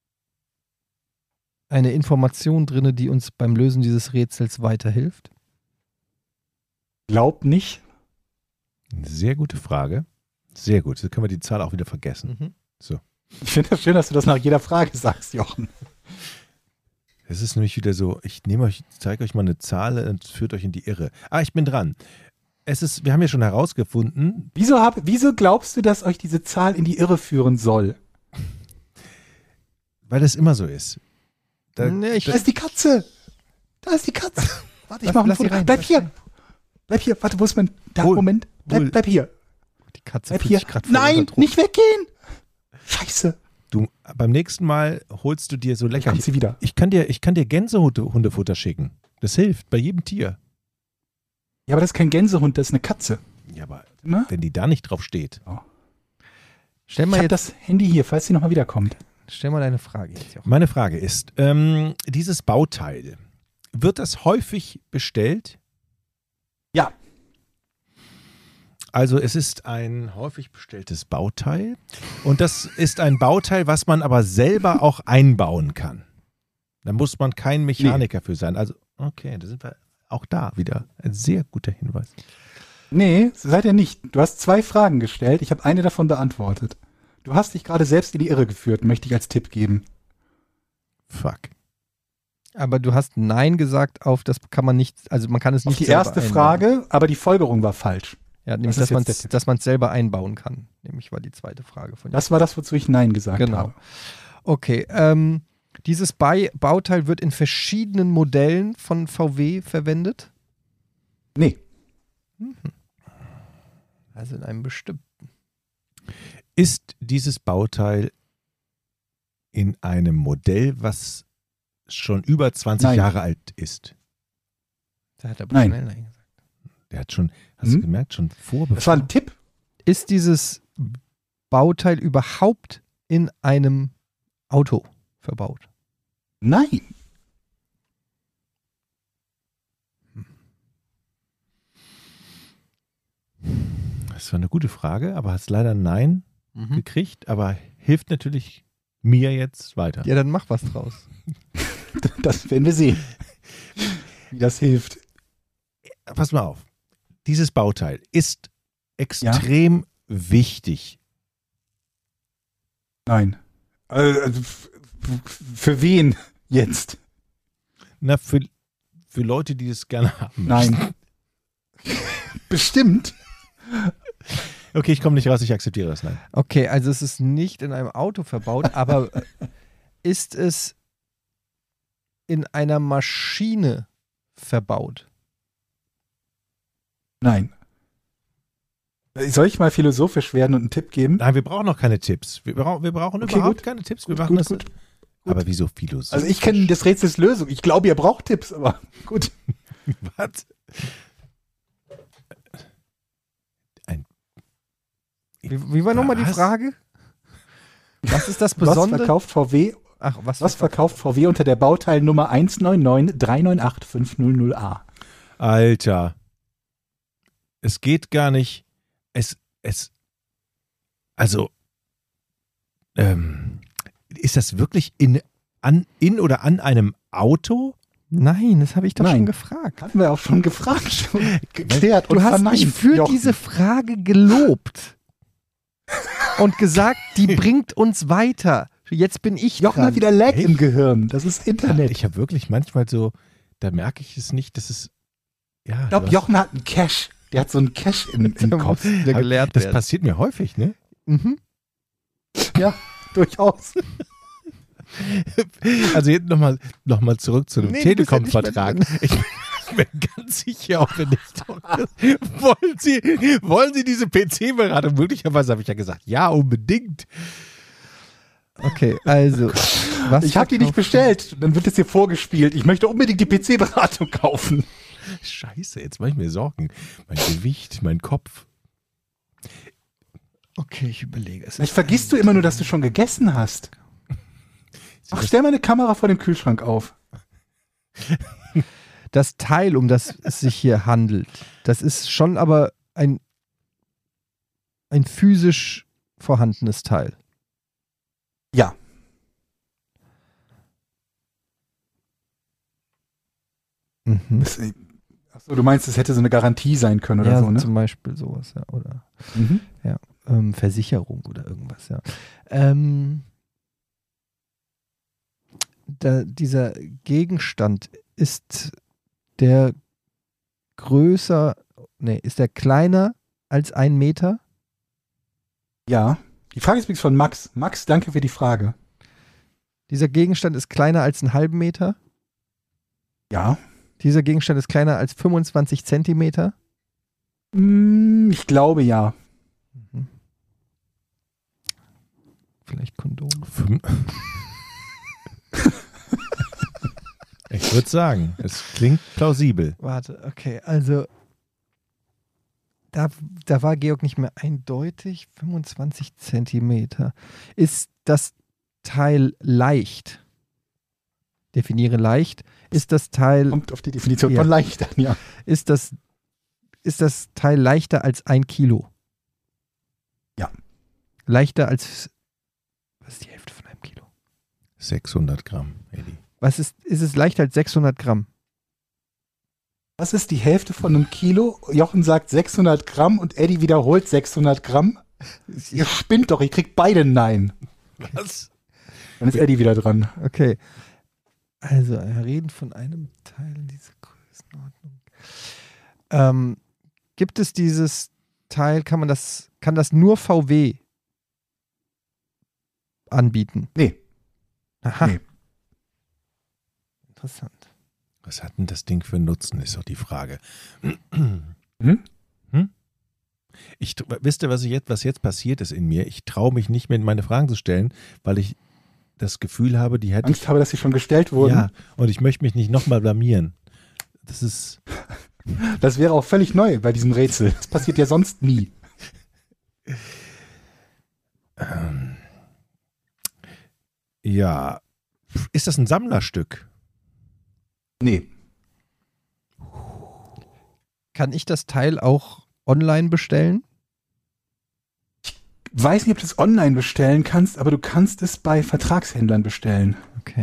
eine Information drin, die uns beim Lösen dieses Rätsels weiterhilft? Glaub nicht. Eine sehr gute Frage. Sehr gut. Jetzt können wir die Zahl auch wieder vergessen. So. Ich finde das schön, dass du das nach jeder Frage sagst, Jochen. Es ist nämlich wieder so, zeige euch mal eine Zahl und führt euch in die Irre. Ich bin dran. Wir haben ja schon herausgefunden, Wieso glaubst du, dass euch diese Zahl in die Irre führen soll? weil das immer so ist. Da ist die Katze. Da ist die Katze. Warte, ich mache ein Foto. Bleib hier. Warte, wo ist mein... Moment. Bleib hier. Die Katze Bleib fühlt hier. sich gerade voll Nein, unter Druck. nicht weggehen. Scheiße. Du, beim nächsten Mal holst du dir so lecker. Kommt sie wieder. Ich kann dir Gänsehundefutter schicken. Das hilft bei jedem Tier. Ja, aber das ist kein Gänsehund, das ist eine Katze. Ja, aber Na? wenn die da nicht drauf steht. Stell Ich mal habe jetzt, das Handy hier, falls sie nochmal wiederkommt. stell mal deine Frage jetzt. Jochen. Meine Frage ist, dieses Bauteil, wird das häufig bestellt? Ja. Also es ist ein häufig bestelltes Bauteil und das ist ein Bauteil, was man aber selber auch einbauen kann. Da muss man kein Mechaniker für sein. Also okay, da sind wir auch da wieder. Ein sehr guter Hinweis. Nee, seid ihr nicht. Du hast 2 Fragen gestellt. Ich habe eine davon beantwortet. Du hast dich gerade selbst in die Irre geführt, möchte ich als Tipp geben. Fuck. Aber du hast Nein gesagt auf, das kann man nicht, also man kann es Auf nicht die selber erste einbauen. Frage, aber die Folgerung war falsch. Ja, nämlich, Das ist jetzt der Tipp. dass man es selber einbauen kann. Nämlich war die zweite Frage von dir. Das war das, wozu ich Nein gesagt Genau. habe. Okay, dieses Bauteil wird in verschiedenen Modellen von VW verwendet. Nee. Also in einem bestimmten. Ist dieses Bauteil in einem Modell, was schon über 20 Nein. Jahre alt ist? Da hat er aber Nein. schnell Nein gesagt. Der hat schon, hast du gemerkt, schon Das war ein Tipp. Ist dieses Bauteil überhaupt in einem Auto verbaut? Nein. Das war eine gute Frage, aber hast leider Nein gekriegt, aber hilft natürlich mir jetzt weiter. Ja, dann mach was draus. Das werden wir sehen. Wie das hilft. Pass mal auf. Dieses Bauteil ist extrem wichtig. Nein. Also, für wen jetzt? Na, für Leute, die das gerne haben. Nein. Bestimmt. Okay, ich komme nicht raus, ich akzeptiere das. Nein. Okay, also es ist nicht in einem Auto verbaut, aber ist es in einer Maschine verbaut? Nein. Soll ich mal philosophisch werden und einen Tipp geben? Nein, wir brauchen noch keine Tipps. Wir brauchen Okay, überhaupt gut. keine Tipps. Wir Gut, machen gut, das. gut. Aber wieso philosophisch? Also ich kenne des Rätsels Lösung. Ich glaube, ihr braucht Tipps, aber gut. Was? Wie war nochmal die Was? Frage? Was ist das Was Besondere? verkauft VW? Ach, Was verkauft VW unter der Bauteilnummer 199398500A? Alter. Es geht gar nicht. Also, ist das wirklich in oder an einem Auto? Nein, das habe ich doch Nein. schon gefragt. Hatten wir auch schon gefragt, schon geklärt Du und hast verneint. mich für Jochen. diese Frage gelobt und gesagt, die bringt uns weiter. Jetzt bin ich Jochen dran. hat wieder Lag Echt? im Gehirn. Das ist Internet. Ich habe wirklich manchmal so, da merke ich es nicht, dass es. Ja, Ich glaube, Jochen hat einen Cache. Der hat so einen Cache im Kopf. Der gelehrt das werden. passiert mir häufig, ne? Mhm. Ja, durchaus. Also jetzt nochmal zurück zu dem Nee, du bist ja nicht Telekom-Vertrag. mehr Ich bin mir ganz sicher, ob wir nicht. Wollen Sie diese PC-Beratung? Möglicherweise habe ich ja gesagt, ja, unbedingt. Okay, also. Was Ich habe die nicht bestellt. Dann wird es hier vorgespielt. Ich möchte unbedingt die PC-Beratung kaufen. Scheiße, jetzt mache ich mir Sorgen. Mein Gewicht, mein Kopf. Okay, ich überlege es. Vielleicht vergisst du immer nur, dass du schon gegessen hast. Ach, stell mal eine Kamera vor dem Kühlschrank auf. Das Teil, um das es sich hier handelt, das ist schon aber ein physisch vorhandenes Teil. Ja. Mhm. Achso, du meinst, es hätte so eine Garantie sein können oder Ja, so, ne? zum Beispiel sowas, ja. Oder Mhm. Versicherung oder irgendwas, ja. dieser Gegenstand, ist der ist der kleiner als 1 Meter? Ja. Die Frage ist übrigens von Max. Max, danke für die Frage. Dieser Gegenstand ist kleiner als einen halben Meter? Ja. Dieser Gegenstand ist kleiner als 25 Zentimeter? Ich glaube ja. Vielleicht Kondom. Ich würde sagen, es klingt plausibel. Warte, okay, also da war Georg nicht mehr eindeutig. 25 Zentimeter. Ist das Teil leicht? Definiere leicht. Ist das Teil... Kommt auf die Definition Ja. von leicht an, ja. Ist das Teil leichter als 1 Kilo? Ja. Leichter als... Was ist die Hälfte von einem Kilo? 600 Gramm, Eddie. Ist es leichter als 600 Gramm? Was ist die Hälfte von einem Kilo? Jochen sagt 600 Gramm und Eddie wiederholt 600 Gramm. Ihr spinnt doch, ihr kriegt beide ein Nein. Was? Dann ist Eddie wieder dran. Okay. Also, wir reden von einem Teil dieser Größenordnung. Gibt es dieses Teil, kann das nur VW anbieten? Nee. Aha. Nee. Interessant. Was hat denn das Ding für einen Nutzen, ist doch die Frage. Wisst ihr, was jetzt passiert ist in mir? Ich traue mich nicht mehr, meine Fragen zu stellen, weil ich das Gefühl habe, die hätte Angst habe, dass sie schon gestellt wurden. Ja, und ich möchte mich nicht nochmal blamieren. Das ist... Das wäre auch völlig neu bei diesem Rätsel. Das passiert ja sonst nie. Ja. Ist das ein Sammlerstück? Nee. Kann ich das Teil auch online bestellen? Weiß nicht, ob du es online bestellen kannst, aber du kannst es bei Vertragshändlern bestellen. Okay.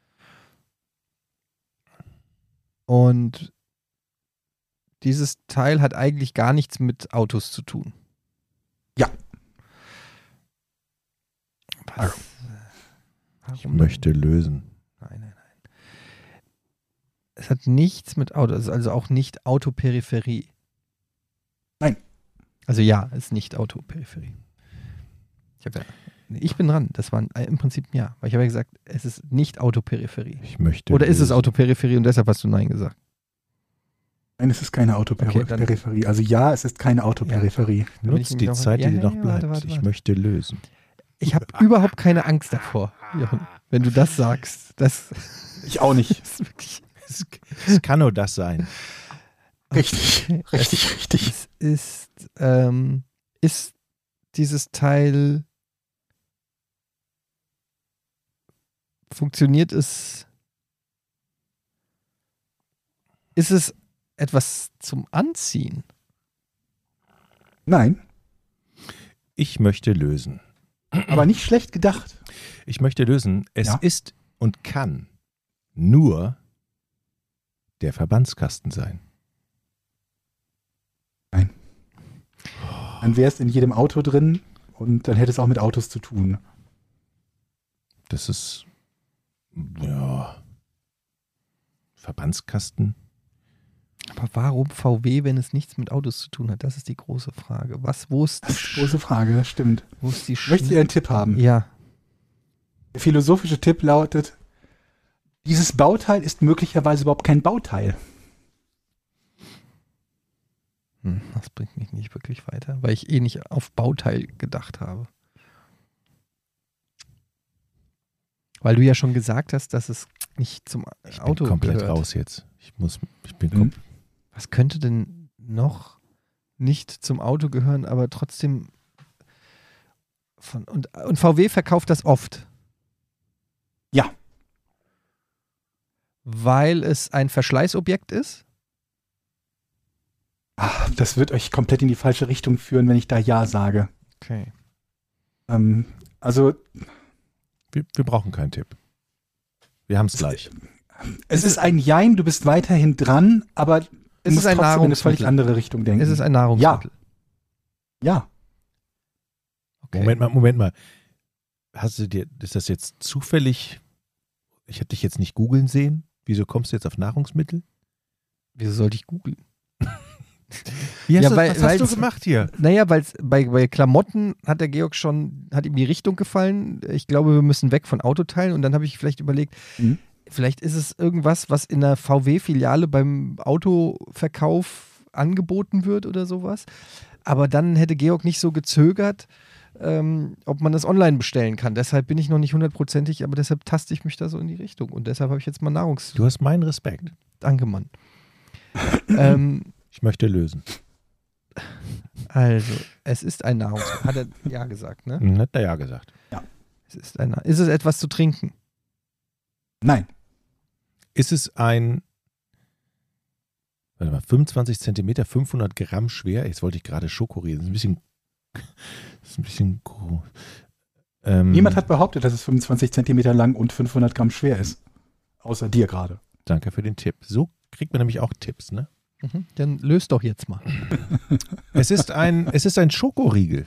Und dieses Teil hat eigentlich gar nichts mit Autos zu tun. Ja. Was? Ich möchte lösen. Nein. Es hat nichts mit Autos, also auch nicht Autoperipherie. Nein. Also ja, es ist nicht Autoperipherie. Ich bin dran. Das war im Prinzip ein Ja. Weil ich habe ja gesagt, es ist nicht Autoperipherie. Ich möchte Oder ist es lösen. Autoperipherie und deshalb hast du Nein gesagt? Nein, es ist keine Autoperipherie. Also ja, es ist keine Autoperipherie. Dann bin Nutzt ich die nämlich Zeit, die ja, dir noch ja, bleibt. warte. Ich möchte lösen. Ich habe überhaupt keine Angst davor, Jochen, wenn du das sagst. Das Ich auch nicht. ist wirklich... Es kann nur das sein. Richtig, Okay. richtig. Es ist dieses Teil, funktioniert es, ist es etwas zum Anziehen? Nein, Ich möchte lösen. aber nicht schlecht gedacht. Ich möchte lösen. Es Ja. ist und kann nur der Verbandskasten sein. Dann wäre es in jedem Auto drin und dann hätte es auch mit Autos zu tun. Das ist, ja, Verbandskasten. Aber warum VW, wenn es nichts mit Autos zu tun hat? Das ist die große Frage. Wo ist Das ist eine große Frage, das stimmt. wo ist die Möchtet ihr einen Tipp haben? Ja. Der philosophische Tipp lautet, dieses Bauteil ist möglicherweise überhaupt kein Bauteil. Das bringt mich nicht wirklich weiter, weil ich nicht auf Bauteil gedacht habe. Weil du ja schon gesagt hast, dass es nicht zum Ich Auto bin komplett gehört. raus jetzt. Ich bin Mhm. Was könnte denn noch nicht zum Auto gehören, aber trotzdem und VW verkauft das oft? Ja. Weil es ein Verschleißobjekt ist? Das wird euch komplett in die falsche Richtung führen, wenn ich da Ja sage. Okay. Also Wir brauchen keinen Tipp. Wir haben es gleich. es ist ein Jein, du bist weiterhin dran, aber du Es musst ist ein trotzdem in eine völlig Nahrungsmittel. andere Richtung denken. Ist es ein Nahrungsmittel? Ja. Okay. Moment mal. Ist das jetzt zufällig Ich habe dich jetzt nicht googeln sehen. Wieso kommst du jetzt auf Nahrungsmittel? Wieso sollte ich googeln? Wie hast Ja, du, weil- was hast du weil's- gemacht hier? Naja, weil bei Klamotten hat der Georg hat ihm die Richtung gefallen. Ich glaube, wir müssen weg von Autoteilen. Und dann habe ich vielleicht überlegt, Mhm. vielleicht ist es irgendwas, was in der VW-Filiale beim Autoverkauf angeboten wird oder sowas. Aber dann hätte Georg nicht so gezögert, ob man das online bestellen kann. Deshalb bin ich noch nicht hundertprozentig, aber deshalb taste ich mich da so in die Richtung. Und deshalb habe ich jetzt mal Du hast meinen Respekt. Danke, Mann. Ich möchte lösen. Also, es ist ein Nahrungsmittel. Hat er ja gesagt, ne? Hat er ja gesagt. Ist es etwas zu trinken? Nein. Ist es ein, 25 Zentimeter, 500 Gramm schwer? Jetzt wollte ich gerade Schokoriegel. Das ist ein bisschen groß. Niemand hat behauptet, dass es 25 Zentimeter lang und 500 Gramm schwer ist. Außer dir gerade. Danke für den Tipp. So kriegt man nämlich auch Tipps, ne? Dann löst doch jetzt mal. Es ist ein Schokoriegel.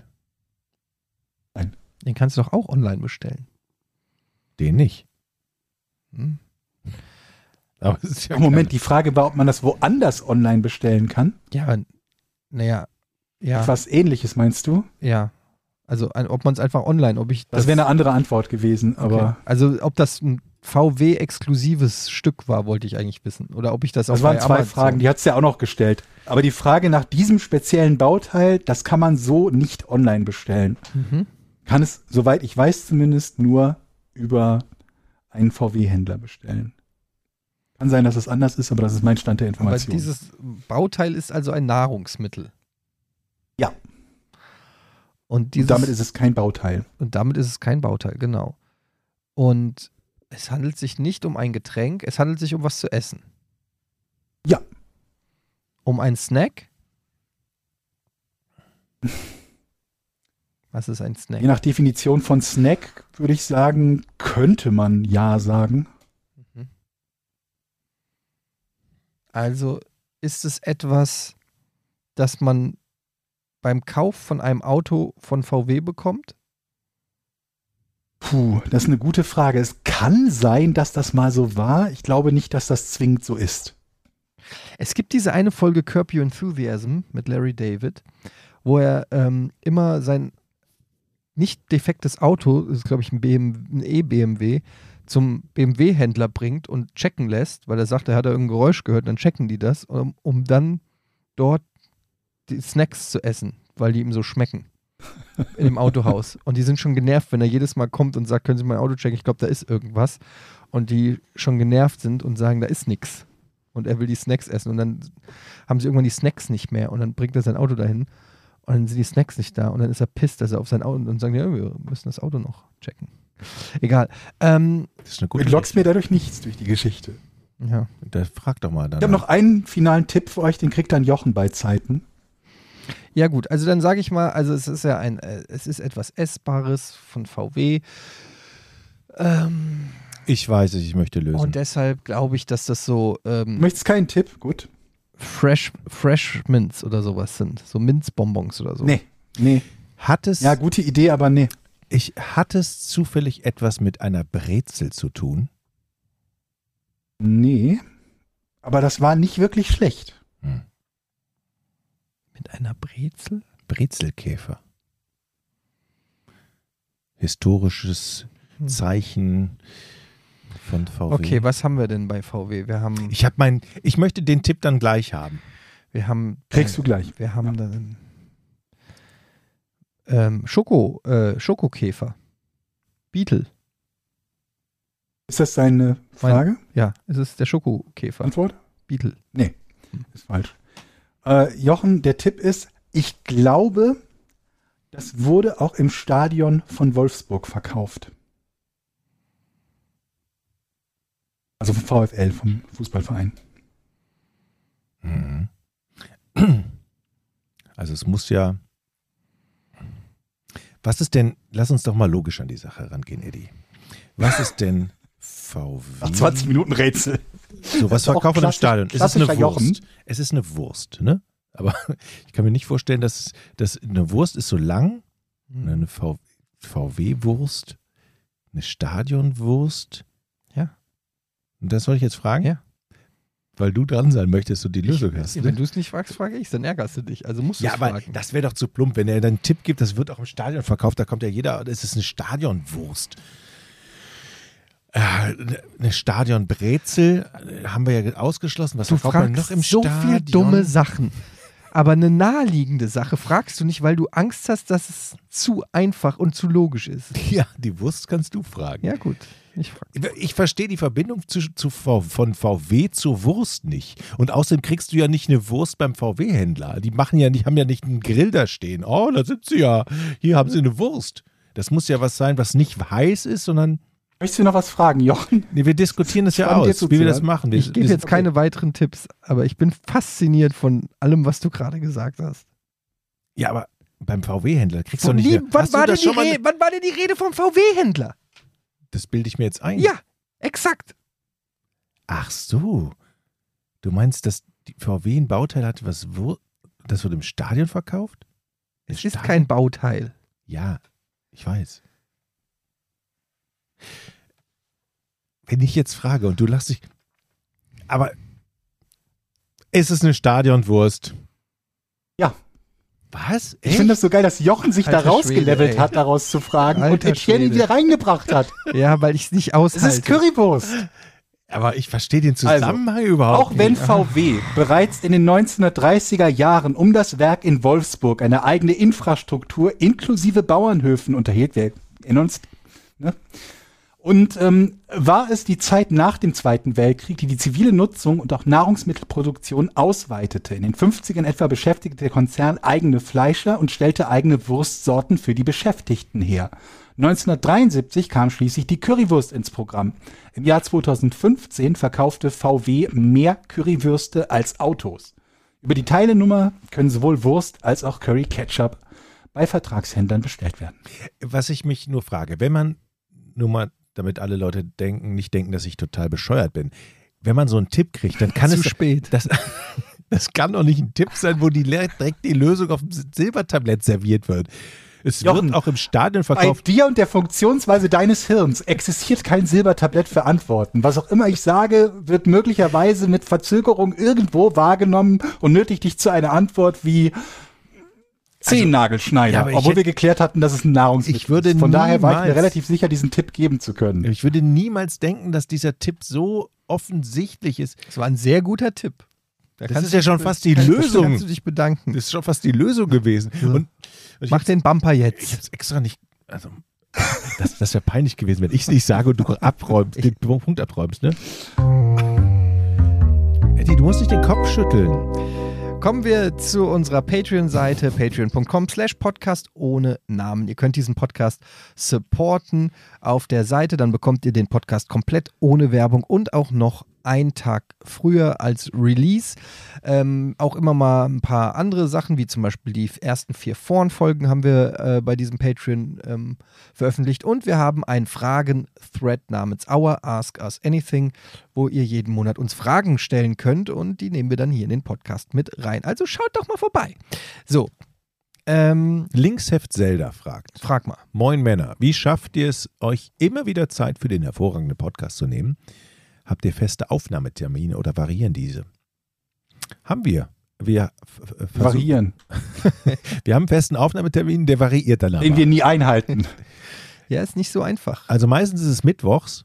Den kannst du doch auch online bestellen. Den nicht. Hm? Aber es ist ja Moment, die Frage war, ob man das woanders online bestellen kann. Ja, naja, ja, Etwas Ähnliches meinst du? ja. Also, ob man es einfach online, ob ich Das wäre eine andere Antwort gewesen, aber okay. Also, ob das ein VW-exklusives Stück war, wollte ich eigentlich wissen. Oder ob ich das auch das waren bei zwei Amazon- Fragen, die hat es ja auch noch gestellt. Aber die Frage nach diesem speziellen Bauteil, das kann man so nicht online bestellen. Mhm. Kann es, soweit ich weiß zumindest, nur über einen VW-Händler bestellen. Kann sein, dass es anders ist, aber das ist mein Stand der Aber Information. dieses Bauteil ist also ein Nahrungsmittel. Ja. Und, dieses, Und damit ist es kein Bauteil. und damit ist es kein Bauteil, genau. Und es handelt sich nicht um ein Getränk, es handelt sich um was zu essen. Ja. Um einen Snack? Was ist ein Snack? Je nach Definition von Snack würde ich sagen, könnte man ja sagen. Also ist es etwas, das man beim Kauf von einem Auto von VW bekommt? Puh, das ist eine gute Frage. Es kann sein, dass das mal so war. Ich glaube nicht, dass das zwingend so ist. Es gibt diese eine Folge Curb Your Enthusiasm mit Larry David, wo er immer sein nicht defektes Auto, das ist glaube ich ein E-BMW, zum BMW-Händler bringt und checken lässt, weil er sagt, er hat da irgendein Geräusch gehört, dann checken die das, um dann dort die Snacks zu essen, weil die ihm so schmecken. In dem Autohaus. Und die sind schon genervt, wenn er jedes Mal kommt und sagt, können Sie mein Auto checken? Ich glaube, da ist irgendwas. Und die schon genervt sind und sagen, da ist nichts. Und er will die Snacks essen. Und dann haben sie irgendwann die Snacks nicht mehr. Und dann bringt er sein Auto dahin. Und dann sind die Snacks nicht da. Und dann ist er pisst, dass er auf sein Auto. Und dann sagen die, ja, wir müssen das Auto noch checken. Egal. Das ist eine Du gute lockst mir dadurch nichts durch die Geschichte. Ja. Da frag doch mal dann. Ich habe noch einen finalen Tipp für euch, den kriegt dann Jochen bei Zeiten. Ja gut, also dann sage ich mal, also es ist ja es ist etwas Essbares von VW. Ich weiß es, ich möchte lösen. Und deshalb glaube ich, dass das so Du möchtest keinen Tipp? Gut. Fresh Mints oder sowas sind. So Minzbonbons oder so. Nee. Hat es, Ja, gute Idee, aber nee. hat es zufällig etwas mit einer Brezel zu tun? Nee. Aber das war nicht wirklich schlecht. Mit einer Brezel? Brezelkäfer. Historisches Zeichen von VW. Okay, was haben wir denn bei VW? Wir haben Ich möchte den Tipp dann gleich haben. Kriegst du gleich. Wir haben dann Schokokäfer. Beetle. Ist das deine Frage? Ja, es ist der Schokokäfer. Antwort? Beetle. Nee, ist falsch. Jochen, der Tipp ist, ich glaube, das wurde auch im Stadion von Wolfsburg verkauft. Also vom VfL, vom Fußballverein. Mhm. Also es muss ja. Was ist denn, lass uns doch mal logisch an die Sache rangehen, Eddie. Was ist denn VW? Nach 20 Minuten Rätsel. So, was ist auch verkaufen im Stadion? Es ist eine klassischer Jochen. Wurst. Es ist eine Wurst, ne? Aber ich kann mir nicht vorstellen, dass eine Wurst ist so lang, eine VW-Wurst, eine Stadionwurst. Ja. Und das soll ich jetzt fragen? Ja. Weil du dran sein möchtest und die Lösung hast. Wenn du es nicht fragst, frage ich, dann ärgerst du dich. Also musst du Ja, es aber fragen. das wäre doch zu plump, wenn er dann einen Tipp gibt, das wird auch im Stadion verkauft, da kommt ja jeder, das ist eine Stadionwurst. Eine Stadionbrezel haben wir ja ausgeschlossen. Was Du verkauft man fragst noch im so Stadion? viel dumme Sachen. Aber eine naheliegende Sache fragst du nicht, weil du Angst hast, dass es zu einfach und zu logisch ist. Ja, die Wurst kannst du fragen. Ja, gut. Ich frage. Ich verstehe die Verbindung von VW zur Wurst nicht. Und außerdem kriegst du ja nicht eine Wurst beim VW-Händler. Die haben ja nicht einen Grill da stehen. Oh, da sind sie ja. Hier haben sie eine Wurst. Das muss ja was sein, was nicht heiß ist, sondern. Möchtest du noch was fragen, Jochen? Nee, wir diskutieren das ja Spannend, dir aus, wie wir das zuzuhören. machen. Ich gebe jetzt keine weiteren Tipps, aber ich bin fasziniert von allem, was du gerade gesagt hast. Ja, aber beim VW-Händler kriegst du Von doch nicht nie, eine. wann Hast du war das denn schon mal? wann war denn die Rede vom VW-Händler? Das bilde ich mir jetzt ein. Ja, exakt. Ach so. Du meinst, dass die VW ein Bauteil hat, das wird im Stadion verkauft? Es ist kein Bauteil. Ja, ich weiß. Wenn ich jetzt frage und du lachst dich. Aber ist es eine Stadionwurst? Ja. Was? Ich finde das so geil, dass Jochen sich da Alter rausgelevelt Schwede, hat, daraus zu fragen und Alter Etienne ihn Schwede. wieder reingebracht hat. Ja, weil ich es nicht Es aushalte. ist Currywurst. Aber ich verstehe den Zusammenhang überhaupt Auch wenn nicht. VW bereits in den 1930er Jahren um das Werk in Wolfsburg eine eigene Infrastruktur inklusive Bauernhöfen unterhielt, wir erinnern uns, ne? Und war es die Zeit nach dem Zweiten Weltkrieg, die zivile Nutzung und auch Nahrungsmittelproduktion ausweitete. In den 50ern etwa beschäftigte der Konzern eigene Fleischer und stellte eigene Wurstsorten für die Beschäftigten her. 1973 kam schließlich die Currywurst ins Programm. Im Jahr 2015 verkaufte VW mehr Currywürste als Autos. Über die Teilenummer können sowohl Wurst als auch Curry Ketchup bei Vertragshändlern bestellt werden. Was ich mich nur frage, wenn man, nur mal, damit alle Leute nicht denken, dass ich total bescheuert bin, wenn man so einen Tipp kriegt, dann kann Zu es spät. Das kann doch nicht ein Tipp sein, wo direkt die Lösung auf dem Silbertablett serviert wird. Es Jochen, wird auch im Stadion Bei verkauft. dir und der Funktionsweise deines Hirns existiert kein Silbertablett für Antworten. Was auch immer ich sage, wird möglicherweise mit Verzögerung irgendwo wahrgenommen und nötigt dich zu einer Antwort wie Zehennagelschneider, Ja, aber ich obwohl hätte- wir geklärt hatten, dass es ein Nahrungsmittel Ich würde ist. Von daher war ich mir niemals- relativ sicher, diesen Tipp geben zu können. Ich würde niemals denken, dass dieser Tipp so offensichtlich ist. Das war ein sehr guter Tipp. Da Das kannst ist du ja schon dich fast die da Lösung. kannst du dich bedanken. Das ist schon fast die Lösung gewesen. Und ich Mach den Bumper Ich jetzt. habe es extra nicht. Also, das wäre peinlich gewesen, wenn ich es nicht sage und du abräumst, den Punkt abräumst, ne? Eddie, du musst nicht den Kopf schütteln. Kommen wir zu unserer Patreon-Seite, patreon.com/podcast ohne Namen. Ihr könnt diesen Podcast supporten auf der Seite, dann bekommt ihr den Podcast komplett ohne Werbung und auch noch einen Tag früher als Release. Auch immer mal ein paar andere Sachen, wie zum Beispiel die ersten 4 Vorn-Folgen haben wir bei diesem Patreon veröffentlicht. Und wir haben einen Fragen-Thread namens Our Ask Us Anything, wo ihr jeden Monat uns Fragen stellen könnt und die nehmen wir dann hier in den Podcast mit rein. Also schaut doch mal vorbei. So, Linksheft Zelda fragt. frag mal. Moin Männer, wie schafft ihr es, euch immer wieder Zeit für den hervorragenden Podcast zu nehmen? Habt ihr feste Aufnahmetermine oder variieren diese? Haben wir. Wir Variieren, Wir haben einen festen Aufnahmetermin, der variiert dann aber. den wir nie einhalten. Ja, ist nicht so einfach. Also meistens ist es mittwochs,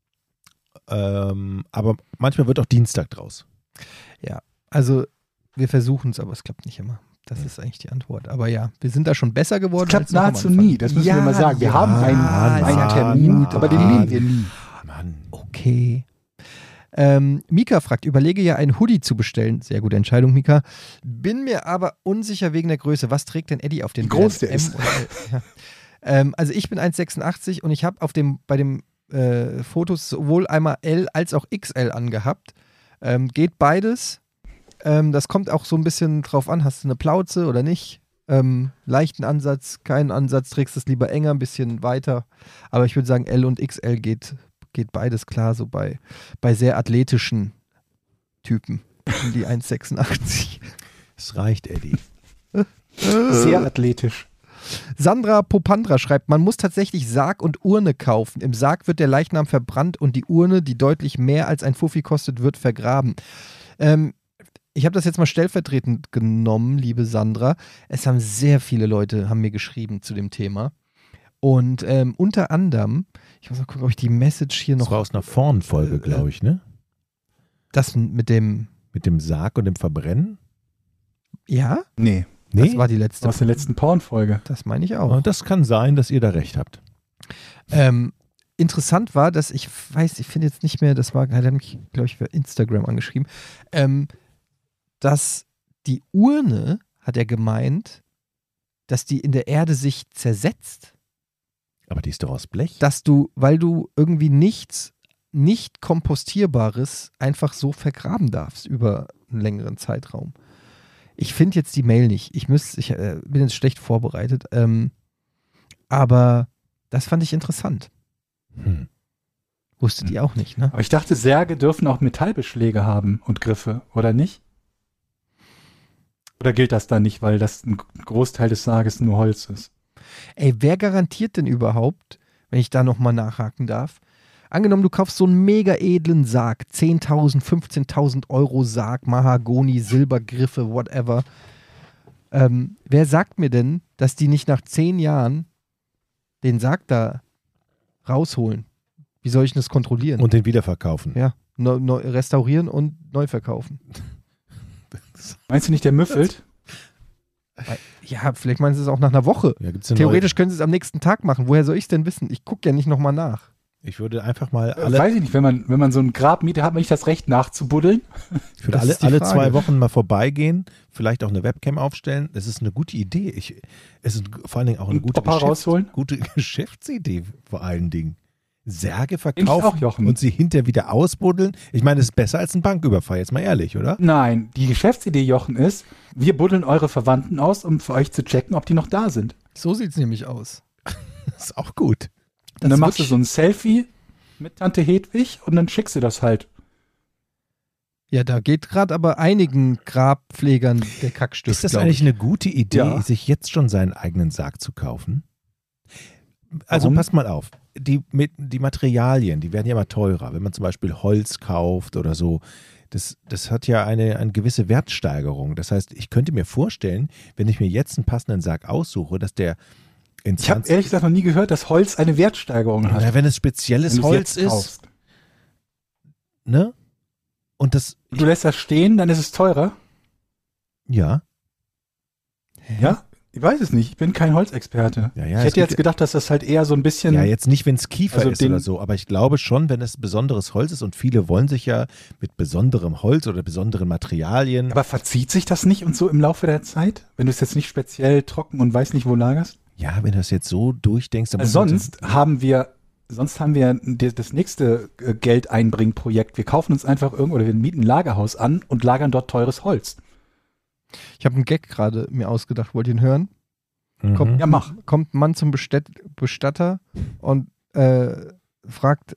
aber manchmal wird auch Dienstag draus. Also wir versuchen es, aber es klappt nicht immer. Das ist eigentlich die Antwort. Aber ja, wir sind da schon besser geworden. Das klappt als noch am nahezu Anfang. nie, das müssen wir Ja, mal sagen. Wir ja, haben einen Mann, Termin, gut, aber den okay. nehmen wir nie. Mann. Okay. Mika fragt, überlege ja einen Hoodie zu bestellen. Sehr gute Entscheidung, Mika. Bin mir aber unsicher wegen der Größe. Was trägt denn Eddie auf den Wie groß Bildern? der ist. M oder L? Ja. Also ich bin 1,86 und ich habe bei dem Fotos sowohl einmal L als auch XL angehabt. Geht beides. Das kommt auch so ein bisschen drauf an, hast du eine Plauze oder nicht? Leichten Ansatz, keinen Ansatz, trägst es lieber enger, ein bisschen weiter. Aber ich würde sagen, L und XL geht beides klar, so bei sehr athletischen Typen. Um die 1,86. Es reicht, Eddie. Sehr athletisch. Sandra Popandra schreibt, man muss tatsächlich Sarg und Urne kaufen. Im Sarg wird der Leichnam verbrannt und die Urne, die deutlich mehr als ein Fuffi kostet, wird vergraben. Ich habe das jetzt mal stellvertretend genommen, liebe Sandra. Es haben sehr viele Leute haben mir geschrieben zu dem Thema. Und unter anderem, ich muss mal gucken, ob ich die Message hier noch... Das war aus einer Vorn-Folge, glaube ich, ne? Das mit dem... Mit dem Sarg und dem Verbrennen? Ja? Nee, Das war die letzte. aus der letzten Porn-Folge. Das meine ich auch. Und das kann sein, dass ihr da recht habt. Interessant war, dass ich finde jetzt nicht mehr, hat er mich, glaube ich, für Instagram angeschrieben, dass die Urne, hat er gemeint, dass die in der Erde sich zersetzt. Aber die ist doch aus Blech. Weil du irgendwie nichts nicht kompostierbares einfach so vergraben darfst über einen längeren Zeitraum. Ich finde jetzt die Mail nicht. Ich bin jetzt schlecht vorbereitet. Aber das fand ich interessant. Wusstet ihr auch nicht, ne? Aber ich dachte, Särge dürfen auch Metallbeschläge haben und Griffe, oder nicht? Oder gilt das dann nicht, weil das ein Großteil des Sarges nur Holz ist? Ey, wer garantiert denn überhaupt, wenn ich da nochmal nachhaken darf, angenommen, du kaufst so einen mega edlen Sarg, 10.000, 15.000 Euro Sarg, Mahagoni, Silbergriffe, whatever. Wer sagt mir denn, dass die nicht nach 10 Jahren den Sarg da rausholen? Wie soll ich das kontrollieren? Und den wiederverkaufen. Ja, restaurieren und neu verkaufen. Meinst du nicht, der müffelt? Ja, vielleicht meinen sie es auch nach einer Woche. Ja, gibt's eine Theoretisch können sie es am nächsten Tag machen. Woher soll ich es denn wissen? Ich gucke ja nicht nochmal nach. Ich würde einfach mal Weiß ich nicht, wenn man so ein Grab mietet, hat man nicht das Recht nachzubuddeln. Ich würde Das ist die alle Frage. 2 Wochen mal vorbeigehen, vielleicht auch eine Webcam aufstellen. Das ist eine gute Idee. Es ist vor allen Dingen auch eine Und Opa rausholen? gute Geschäftsidee vor allen Dingen. Särge Ich verkaufen auch, Jochen. und sie hinterher wieder ausbuddeln. Ich meine, das ist besser als ein Banküberfall, jetzt mal ehrlich, oder? Nein, die Geschäftsidee, Jochen, ist, wir buddeln eure Verwandten aus, um für euch zu checken, ob die noch da sind. So sieht es nämlich aus. Das ist auch gut. Und dann machst du so ein Selfie mit Tante Hedwig und dann schickst du das halt. Ja, da geht gerade aber einigen Grabpflegern der Kackstift. Ist das glaub eigentlich ich. eine gute Idee, Ja. sich jetzt schon seinen eigenen Sarg zu kaufen? Also Warum? passt mal auf. Die Materialien, die werden ja immer teurer. Wenn man zum Beispiel Holz kauft oder so, das hat ja eine gewisse Wertsteigerung. Das heißt, ich könnte mir vorstellen, wenn ich mir jetzt einen passenden Sarg aussuche, dass der in Ich habe ehrlich gesagt noch nie gehört, dass Holz eine Wertsteigerung hat. Na, wenn es spezielles wenn du's Holz jetzt ist, kaufst. ne? Und das, Und du lässt das stehen, dann ist es teurer. ja. Ja? Ich weiß es nicht. Ich bin kein Holzexperte. Ja, Ich es hätte gibt jetzt gedacht, dass das halt eher so ein bisschen. Ja, jetzt nicht, wenn es Kiefer Also ist den- oder so, aber ich glaube schon, wenn es besonderes Holz ist und viele wollen sich ja mit besonderem Holz oder besonderen Materialien. Aber verzieht sich das nicht und so im Laufe der Zeit? Wenn du es jetzt nicht speziell trocken und weiß nicht wo lagerst? Ja, wenn du das jetzt so durchdenkst, dann Also muss man sonst haben wir das nächste Geldeinbringprojekt. Wir kaufen uns einfach oder wir mieten ein Lagerhaus an und lagern dort teures Holz. Ich habe einen Gag gerade mir ausgedacht. Wollt ihr ihn hören? Mhm. Ja, mach. Kommt ein Mann zum Bestatter und fragt,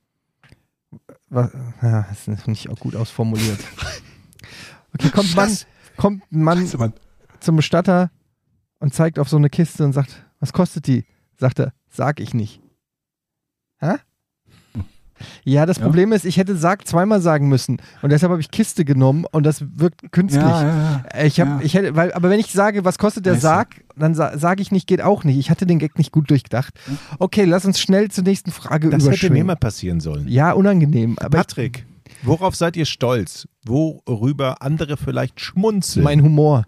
das ist nicht auch gut ausformuliert. Okay, kommt ein Mann Scheiße, Mann. zum Bestatter und zeigt auf so eine Kiste und sagt, was kostet die? Sagt er, sag ich nicht. Hä? Ja, das Ja. Problem ist, ich hätte Sarg zweimal sagen müssen und deshalb habe ich Kiste genommen und das wirkt künstlich. Ja. Aber wenn ich sage, was kostet der Weißt du. Sarg, dann sage ich nicht, geht auch nicht. Ich hatte den Gag nicht gut durchdacht. Okay, lass uns schnell zur nächsten Frage Das hätte mir überschwingen. mal passieren sollen. Ja, unangenehm. Aber Patrick, worauf seid ihr stolz? Worüber andere vielleicht schmunzeln? mein Humor.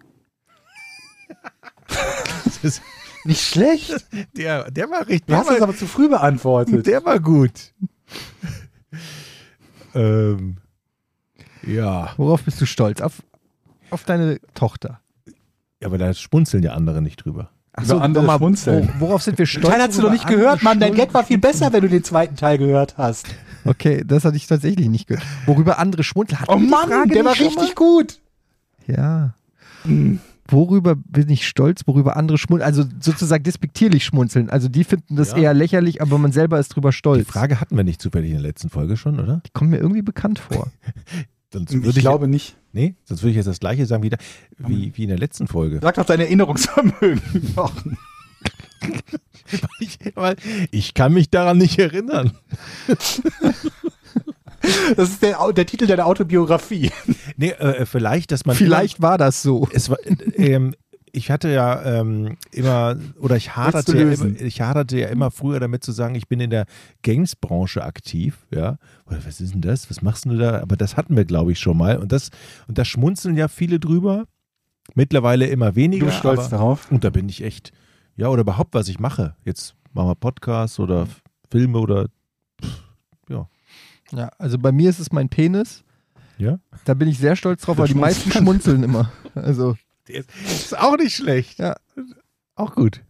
Das ist- Nicht schlecht. der war richtig. Du hast es aber zu früh beantwortet. Der war gut. Ja. Worauf bist du stolz? Auf deine Tochter. Ja, aber da schmunzeln ja andere nicht drüber. Achso, Über andere schmunzeln. worauf sind wir Den stolz? Teil hast du doch worüber nicht gehört, andere Mann. Dein schmunzeln? Gag war viel besser, wenn du den zweiten Teil gehört hast. Okay, das hatte ich tatsächlich nicht gehört. Worüber andere schmunzeln. Hatten Oh wir die Mann, Frage der war nicht schon richtig gut. mal? Ja. Worüber bin ich stolz, worüber andere schmunzeln? Also sozusagen despektierlich schmunzeln. Also die finden das Ja. eher lächerlich, aber man selber ist drüber Die stolz. Frage hatten wir nicht zufällig in der letzten Folge schon, oder? Die kommt mir irgendwie bekannt vor. Sonst Ich würde glaube nicht. Nee, sonst würde ich jetzt das gleiche sagen wie in der letzten Folge. Sag doch dein Erinnerungsvermögen. Jochen. Weil ich kann mich daran nicht erinnern. Das ist der Titel deiner Autobiografie. Nee, vielleicht, dass man. Vielleicht war das so. Es war, ich hatte ja immer, oder ich haderte ja immer früher damit zu sagen, ich bin in der Games-Branche aktiv, ja. Oder was ist denn das? Was machst du da? Aber das hatten wir, glaube ich, schon mal. Und da schmunzeln ja viele drüber. Mittlerweile immer weniger. Du stolz darauf. Und da bin ich echt, ja, oder überhaupt, was ich mache. Jetzt machen wir Podcasts oder Filme oder, ja. Ja, also bei mir ist es mein Penis. Ja? Da bin ich sehr stolz drauf, weil die meisten schmunzeln immer. Also Ist auch nicht schlecht. Ja. Auch gut.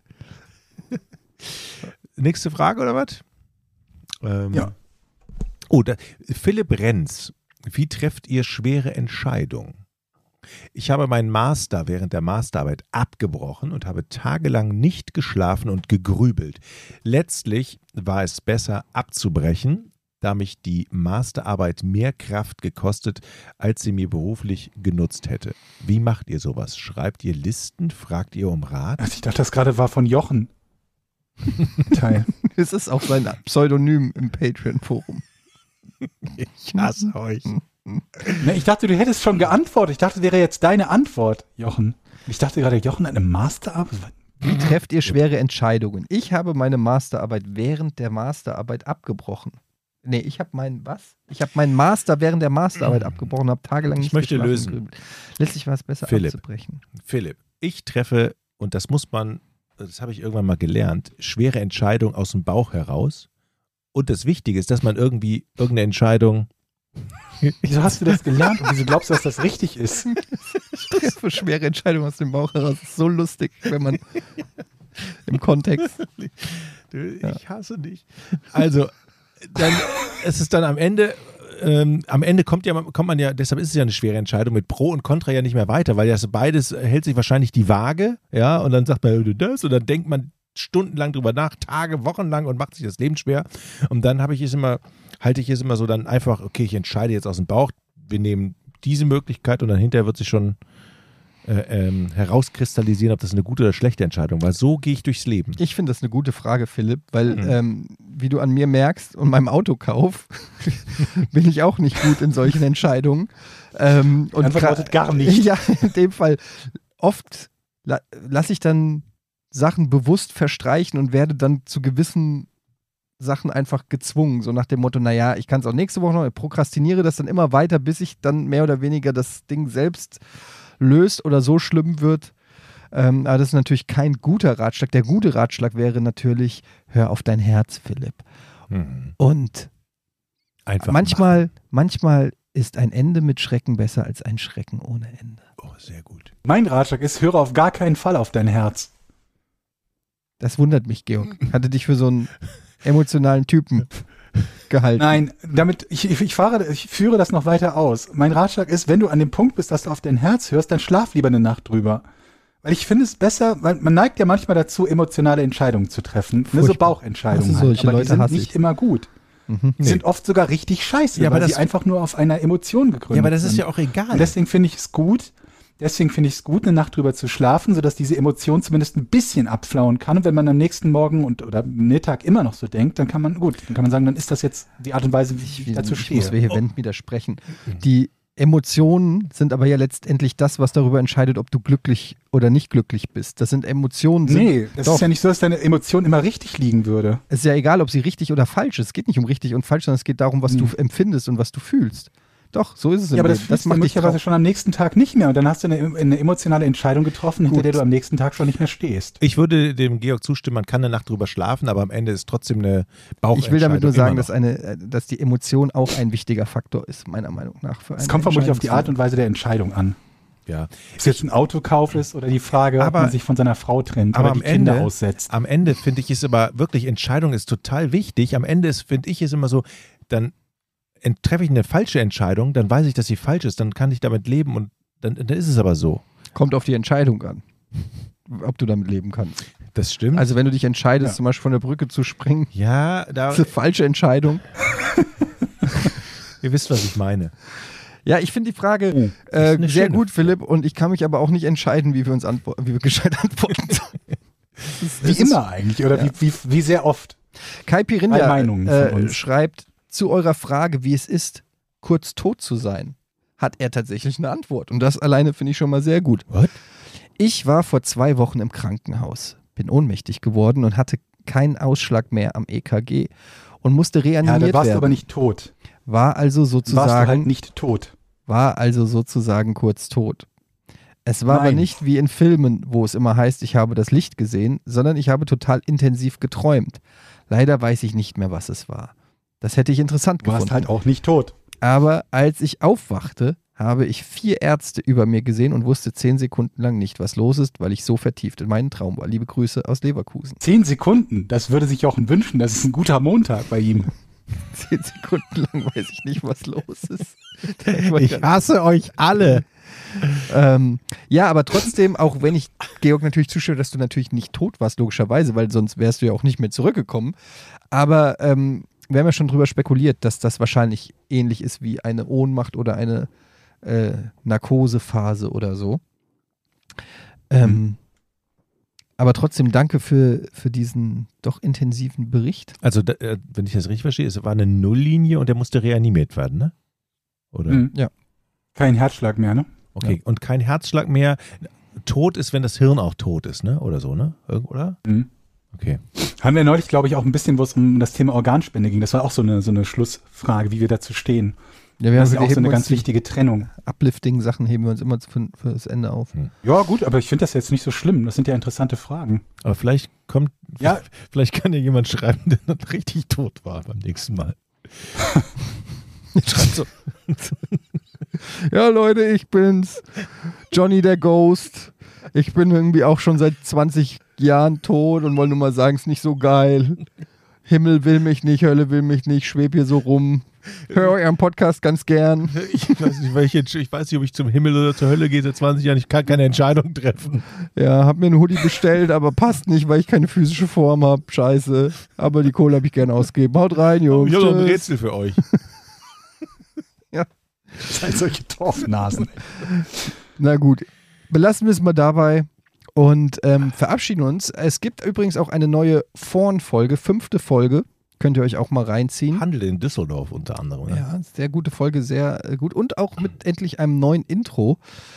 Nächste Frage oder was? Ja. Oh, Philipp Renz. Wie trefft ihr schwere Entscheidungen? Ich habe meinen Master während der Masterarbeit abgebrochen und habe tagelang nicht geschlafen und gegrübelt. Letztlich war es besser abzubrechen, da mich die Masterarbeit mehr Kraft gekostet, als sie mir beruflich genutzt hätte. Wie macht ihr sowas? Schreibt ihr Listen? Fragt ihr um Rat? Also ich dachte, das gerade war von Jochen. Teil. es ist auch sein Pseudonym im Patreon-Forum. Ich hasse euch. Ne, ich dachte, du hättest schon geantwortet. Ich dachte, wäre jetzt deine Antwort, Jochen. Ich dachte gerade, Jochen hat eine Masterarbeit. Wie trefft ihr schwere Entscheidungen? Ich habe meine Masterarbeit während der Masterarbeit abgebrochen. Nee, ich habe meinen Master während der Masterarbeit abgebrochen, habe tagelang nicht möchte geschlafen lösen. und gegrübelt. Letztlich war es besser abzubrechen. Philipp, ich treffe, und das habe ich irgendwann mal gelernt, schwere Entscheidungen aus dem Bauch heraus. Und das Wichtige ist, dass man irgendeine Entscheidung. Wieso hast du das gelernt und wieso glaubst du, dass das richtig ist? Ich treffe schwere Entscheidungen aus dem Bauch heraus. Das ist so lustig, wenn man im Kontext. Ich hasse dich. Also, es ist dann am Ende kommt man ja, deshalb ist es ja eine schwere Entscheidung, mit Pro und Contra ja nicht mehr weiter, weil das beides hält sich wahrscheinlich die Waage, ja, und dann sagt man das und dann denkt man stundenlang drüber nach, Tage, Wochenlang und macht sich das Leben schwer. Und dann halte ich es immer so dann einfach, okay, ich entscheide jetzt aus dem Bauch, wir nehmen diese Möglichkeit und dann hinterher wird sich schon herauskristallisieren, ob das eine gute oder schlechte Entscheidung war. So gehe ich durchs Leben. Ich finde das eine gute Frage, Philipp, weil wie du an mir merkst und meinem Autokauf bin ich auch nicht gut in solchen Entscheidungen. Und antwortet gar nicht. Ja, in dem Fall. Oft lasse ich dann Sachen bewusst verstreichen und werde dann zu gewissen Sachen einfach gezwungen. So nach dem Motto, naja, ich kann es auch nächste Woche noch, ich prokrastiniere das dann immer weiter, bis ich dann mehr oder weniger das Ding selbst löst oder so schlimm wird. Aber das ist natürlich kein guter Ratschlag. Der gute Ratschlag wäre natürlich, hör auf dein Herz, Philipp. Und einfach manchmal ist ein Ende mit Schrecken besser als ein Schrecken ohne Ende. Oh, sehr gut. Mein Ratschlag ist, höre auf gar keinen Fall auf dein Herz. Das wundert mich, Georg. Hatte dich für so einen emotionalen Typen gehalten. Nein, ich führe das noch weiter aus. Mein Ratschlag ist, wenn du an dem Punkt bist, dass du auf dein Herz hörst, dann schlaf lieber eine Nacht drüber. Weil ich finde es besser, weil man neigt ja manchmal dazu, emotionale Entscheidungen zu treffen. So Bauchentscheidungen Also solche halt. Aber Leute die sind hasse nicht ich. immer gut. Die sind oft sogar richtig scheiße, Ja, aber weil sie das- einfach nur auf einer Emotion gegründet sind. Ja, aber das ist ja auch egal. Und deswegen finde ich es gut, eine Nacht drüber zu schlafen, sodass diese Emotion zumindest ein bisschen abflauen kann. Und wenn man am nächsten Morgen oder Mittag immer noch so denkt, dann kann man sagen, dann ist das jetzt die Art und Weise, wie ich dazu Ich stehe. muss vehement widersprechen. Die Emotionen sind aber ja letztendlich das, was darüber entscheidet, ob du glücklich oder nicht glücklich bist. Das sind Emotionen. Nee, das doch. ist ja nicht so, dass deine Emotion immer richtig liegen würde. Es ist ja egal, ob sie richtig oder falsch ist. Es geht nicht um richtig und falsch, sondern es geht darum, was du empfindest und was du fühlst. Doch, so ist es im Ja, aber das Leben. fühlst du macht dich möglicherweise traurig. schon am nächsten Tag nicht mehr. Und dann hast du eine emotionale Entscheidung getroffen, hinter der du am nächsten Tag schon nicht mehr stehst. Ich würde dem Georg zustimmen, man kann eine Nacht drüber schlafen, aber am Ende ist trotzdem eine Bauchentscheidung. Ich will damit nur sagen, immer dass die Emotion auch ein wichtiger Faktor ist, meiner Meinung nach. Es kommt vermutlich auf die Art und Weise der Entscheidung an. noch. Ja. Ob es jetzt ein Autokauf ist oder die Frage, ob Aber- man sich von seiner Frau trennt Aber oder die am Kinder Ende, aussetzt. am Ende finde ich es aber wirklich, Entscheidung ist total wichtig. Am Ende finde ich es immer so, dann treffe ich eine falsche Entscheidung, dann weiß ich, dass sie falsch ist, dann kann ich damit leben und dann ist es aber so. Kommt auf die Entscheidung an, ob du damit leben kannst. Das stimmt. Also wenn du dich entscheidest, Ja. zum Beispiel von der Brücke zu springen, ja, da, das ist eine falsche Entscheidung. ihr wisst, was ich meine. Ja, ich finde die Frage eine sehr schöne gut, Philipp, und ich kann mich aber auch nicht entscheiden, wie wir gescheit antworten sollen. Wie immer eigentlich, oder Ja. wie sehr oft. Kai Drei Pirinha Meinungen von uns. schreibt, zu eurer Frage, wie es ist, kurz tot zu sein, hat er tatsächlich eine Antwort. Und das alleine finde ich schon mal sehr gut. What? Ich war vor 2 Wochen im Krankenhaus, bin ohnmächtig geworden und hatte keinen Ausschlag mehr am EKG und musste Ja, reanimiert da warst du werden. aber nicht tot. War also Warst du sozusagen halt nicht tot. kurz tot. Es war aber Nein. nicht wie in Filmen, wo es immer heißt, ich habe das Licht gesehen, sondern ich habe total intensiv geträumt. Leider weiß ich nicht mehr, was es war. Das hätte ich interessant Du warst gefunden. halt auch nicht tot. Aber als ich aufwachte, habe ich 4 Ärzte über mir gesehen und wusste 10 Sekunden lang nicht, was los ist, weil ich so vertieft in meinen Traum war. Liebe Grüße aus Leverkusen. 10 Sekunden, das würde sich Jochen wünschen. Das ist ein guter Montag bei ihm. 10 Sekunden lang weiß ich nicht, was los ist. Ich hasse euch alle. Ja, aber trotzdem, auch wenn ich Georg natürlich zustimme, dass du natürlich nicht tot warst, logischerweise, weil sonst wärst du ja auch nicht mehr zurückgekommen. Aber wir haben ja schon drüber spekuliert, dass das wahrscheinlich ähnlich ist wie eine Ohnmacht oder eine Narkosephase oder so. Aber trotzdem danke für diesen doch intensiven Bericht. Also, wenn ich das richtig verstehe, es war eine Nulllinie und der musste reanimiert werden, ne? Oder? Mhm. Ja. Kein Herzschlag mehr, ne? Okay, und kein Herzschlag mehr. Tot ist, wenn das Hirn auch tot ist, ne? Oder so, ne? Oder? Mhm. Okay. Haben wir neulich, glaube ich, auch ein bisschen, wo es um das Thema Organspende ging. Das war auch so eine Schlussfrage, wie wir dazu stehen. Ja, Das ist ja auch so heben eine uns ganz die wichtige Trennung. Uplifting-Sachen heben wir uns immer für das Ende auf. Ja, gut, aber ich finde das jetzt nicht so schlimm. Das sind ja interessante Fragen. Aber vielleicht Ja. vielleicht kann ja jemand schreiben, der dann richtig tot war beim nächsten Mal. Schreibt so. Ja, Leute, ich bin's. Johnny der Ghost. Ich bin irgendwie auch schon seit 20 Jahren tot und wollte nur mal sagen, es ist nicht so geil. Himmel will mich nicht, Hölle will mich nicht, schweb hier so rum. Hör euren Podcast ganz gern. Ich weiß nicht, ich weiß nicht, ob ich zum Himmel oder zur Hölle gehe seit 20 Jahren. Ich kann keine Entscheidung treffen. Ja, hab mir einen Hoodie bestellt, aber passt nicht, weil ich keine physische Form habe. Scheiße. Aber die Kohle habe ich gerne ausgegeben. Haut rein, Jungs. Ich habe noch ein Tschüss. Rätsel für euch. Seid solche Torfnasen. Na gut, belassen wir es mal dabei und verabschieden uns. Es gibt übrigens auch eine neue Vorn-Folge, 5. Folge. Könnt ihr euch auch mal reinziehen. Handel in Düsseldorf unter anderem. Ne? Ja, sehr gute Folge, sehr gut. Und auch mit endlich einem neuen Intro,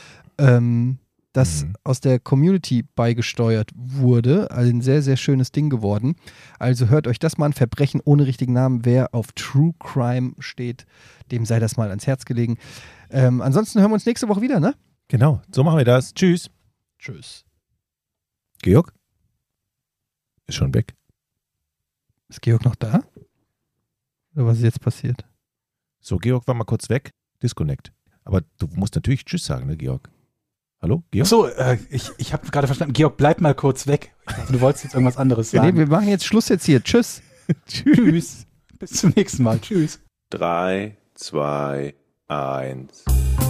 das aus der Community beigesteuert wurde. Also ein sehr, sehr schönes Ding geworden. Also hört euch das mal an. Verbrechen ohne richtigen Namen. Wer auf True Crime steht, dem sei das mal ans Herz gelegen. Ansonsten hören wir uns nächste Woche wieder, ne? Genau, so machen wir das. Tschüss. Tschüss. Georg? Ist schon weg. Ist Georg noch da? Oder was ist jetzt passiert? So, Georg war mal kurz weg. Disconnect. Aber du musst natürlich Tschüss sagen, ne, Georg? Hallo, Georg? So, ich habe gerade verstanden. Georg, bleib mal kurz weg. Ich dachte, du wolltest jetzt irgendwas anderes Nee, sagen. wir machen jetzt Schluss jetzt hier. Tschüss. Tschüss. Bis zum nächsten Mal. Tschüss. 3, 2, 1.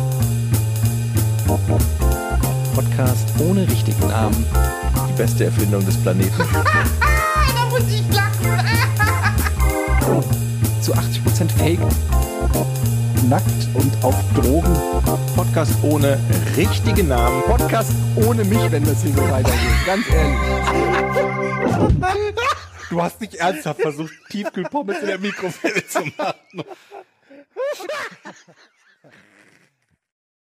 Podcast ohne richtigen Namen. Die beste Erfindung des Planeten. Da muss ich lachen. Zu 80% Fake. Nackt und auf Drogen. Podcast ohne richtigen Namen. Podcast ohne mich, wenn das hier so weitergeht. Ganz ehrlich. Du hast nicht ernsthaft versucht, Tiefkühlpommes in der Mikrowelle zu machen.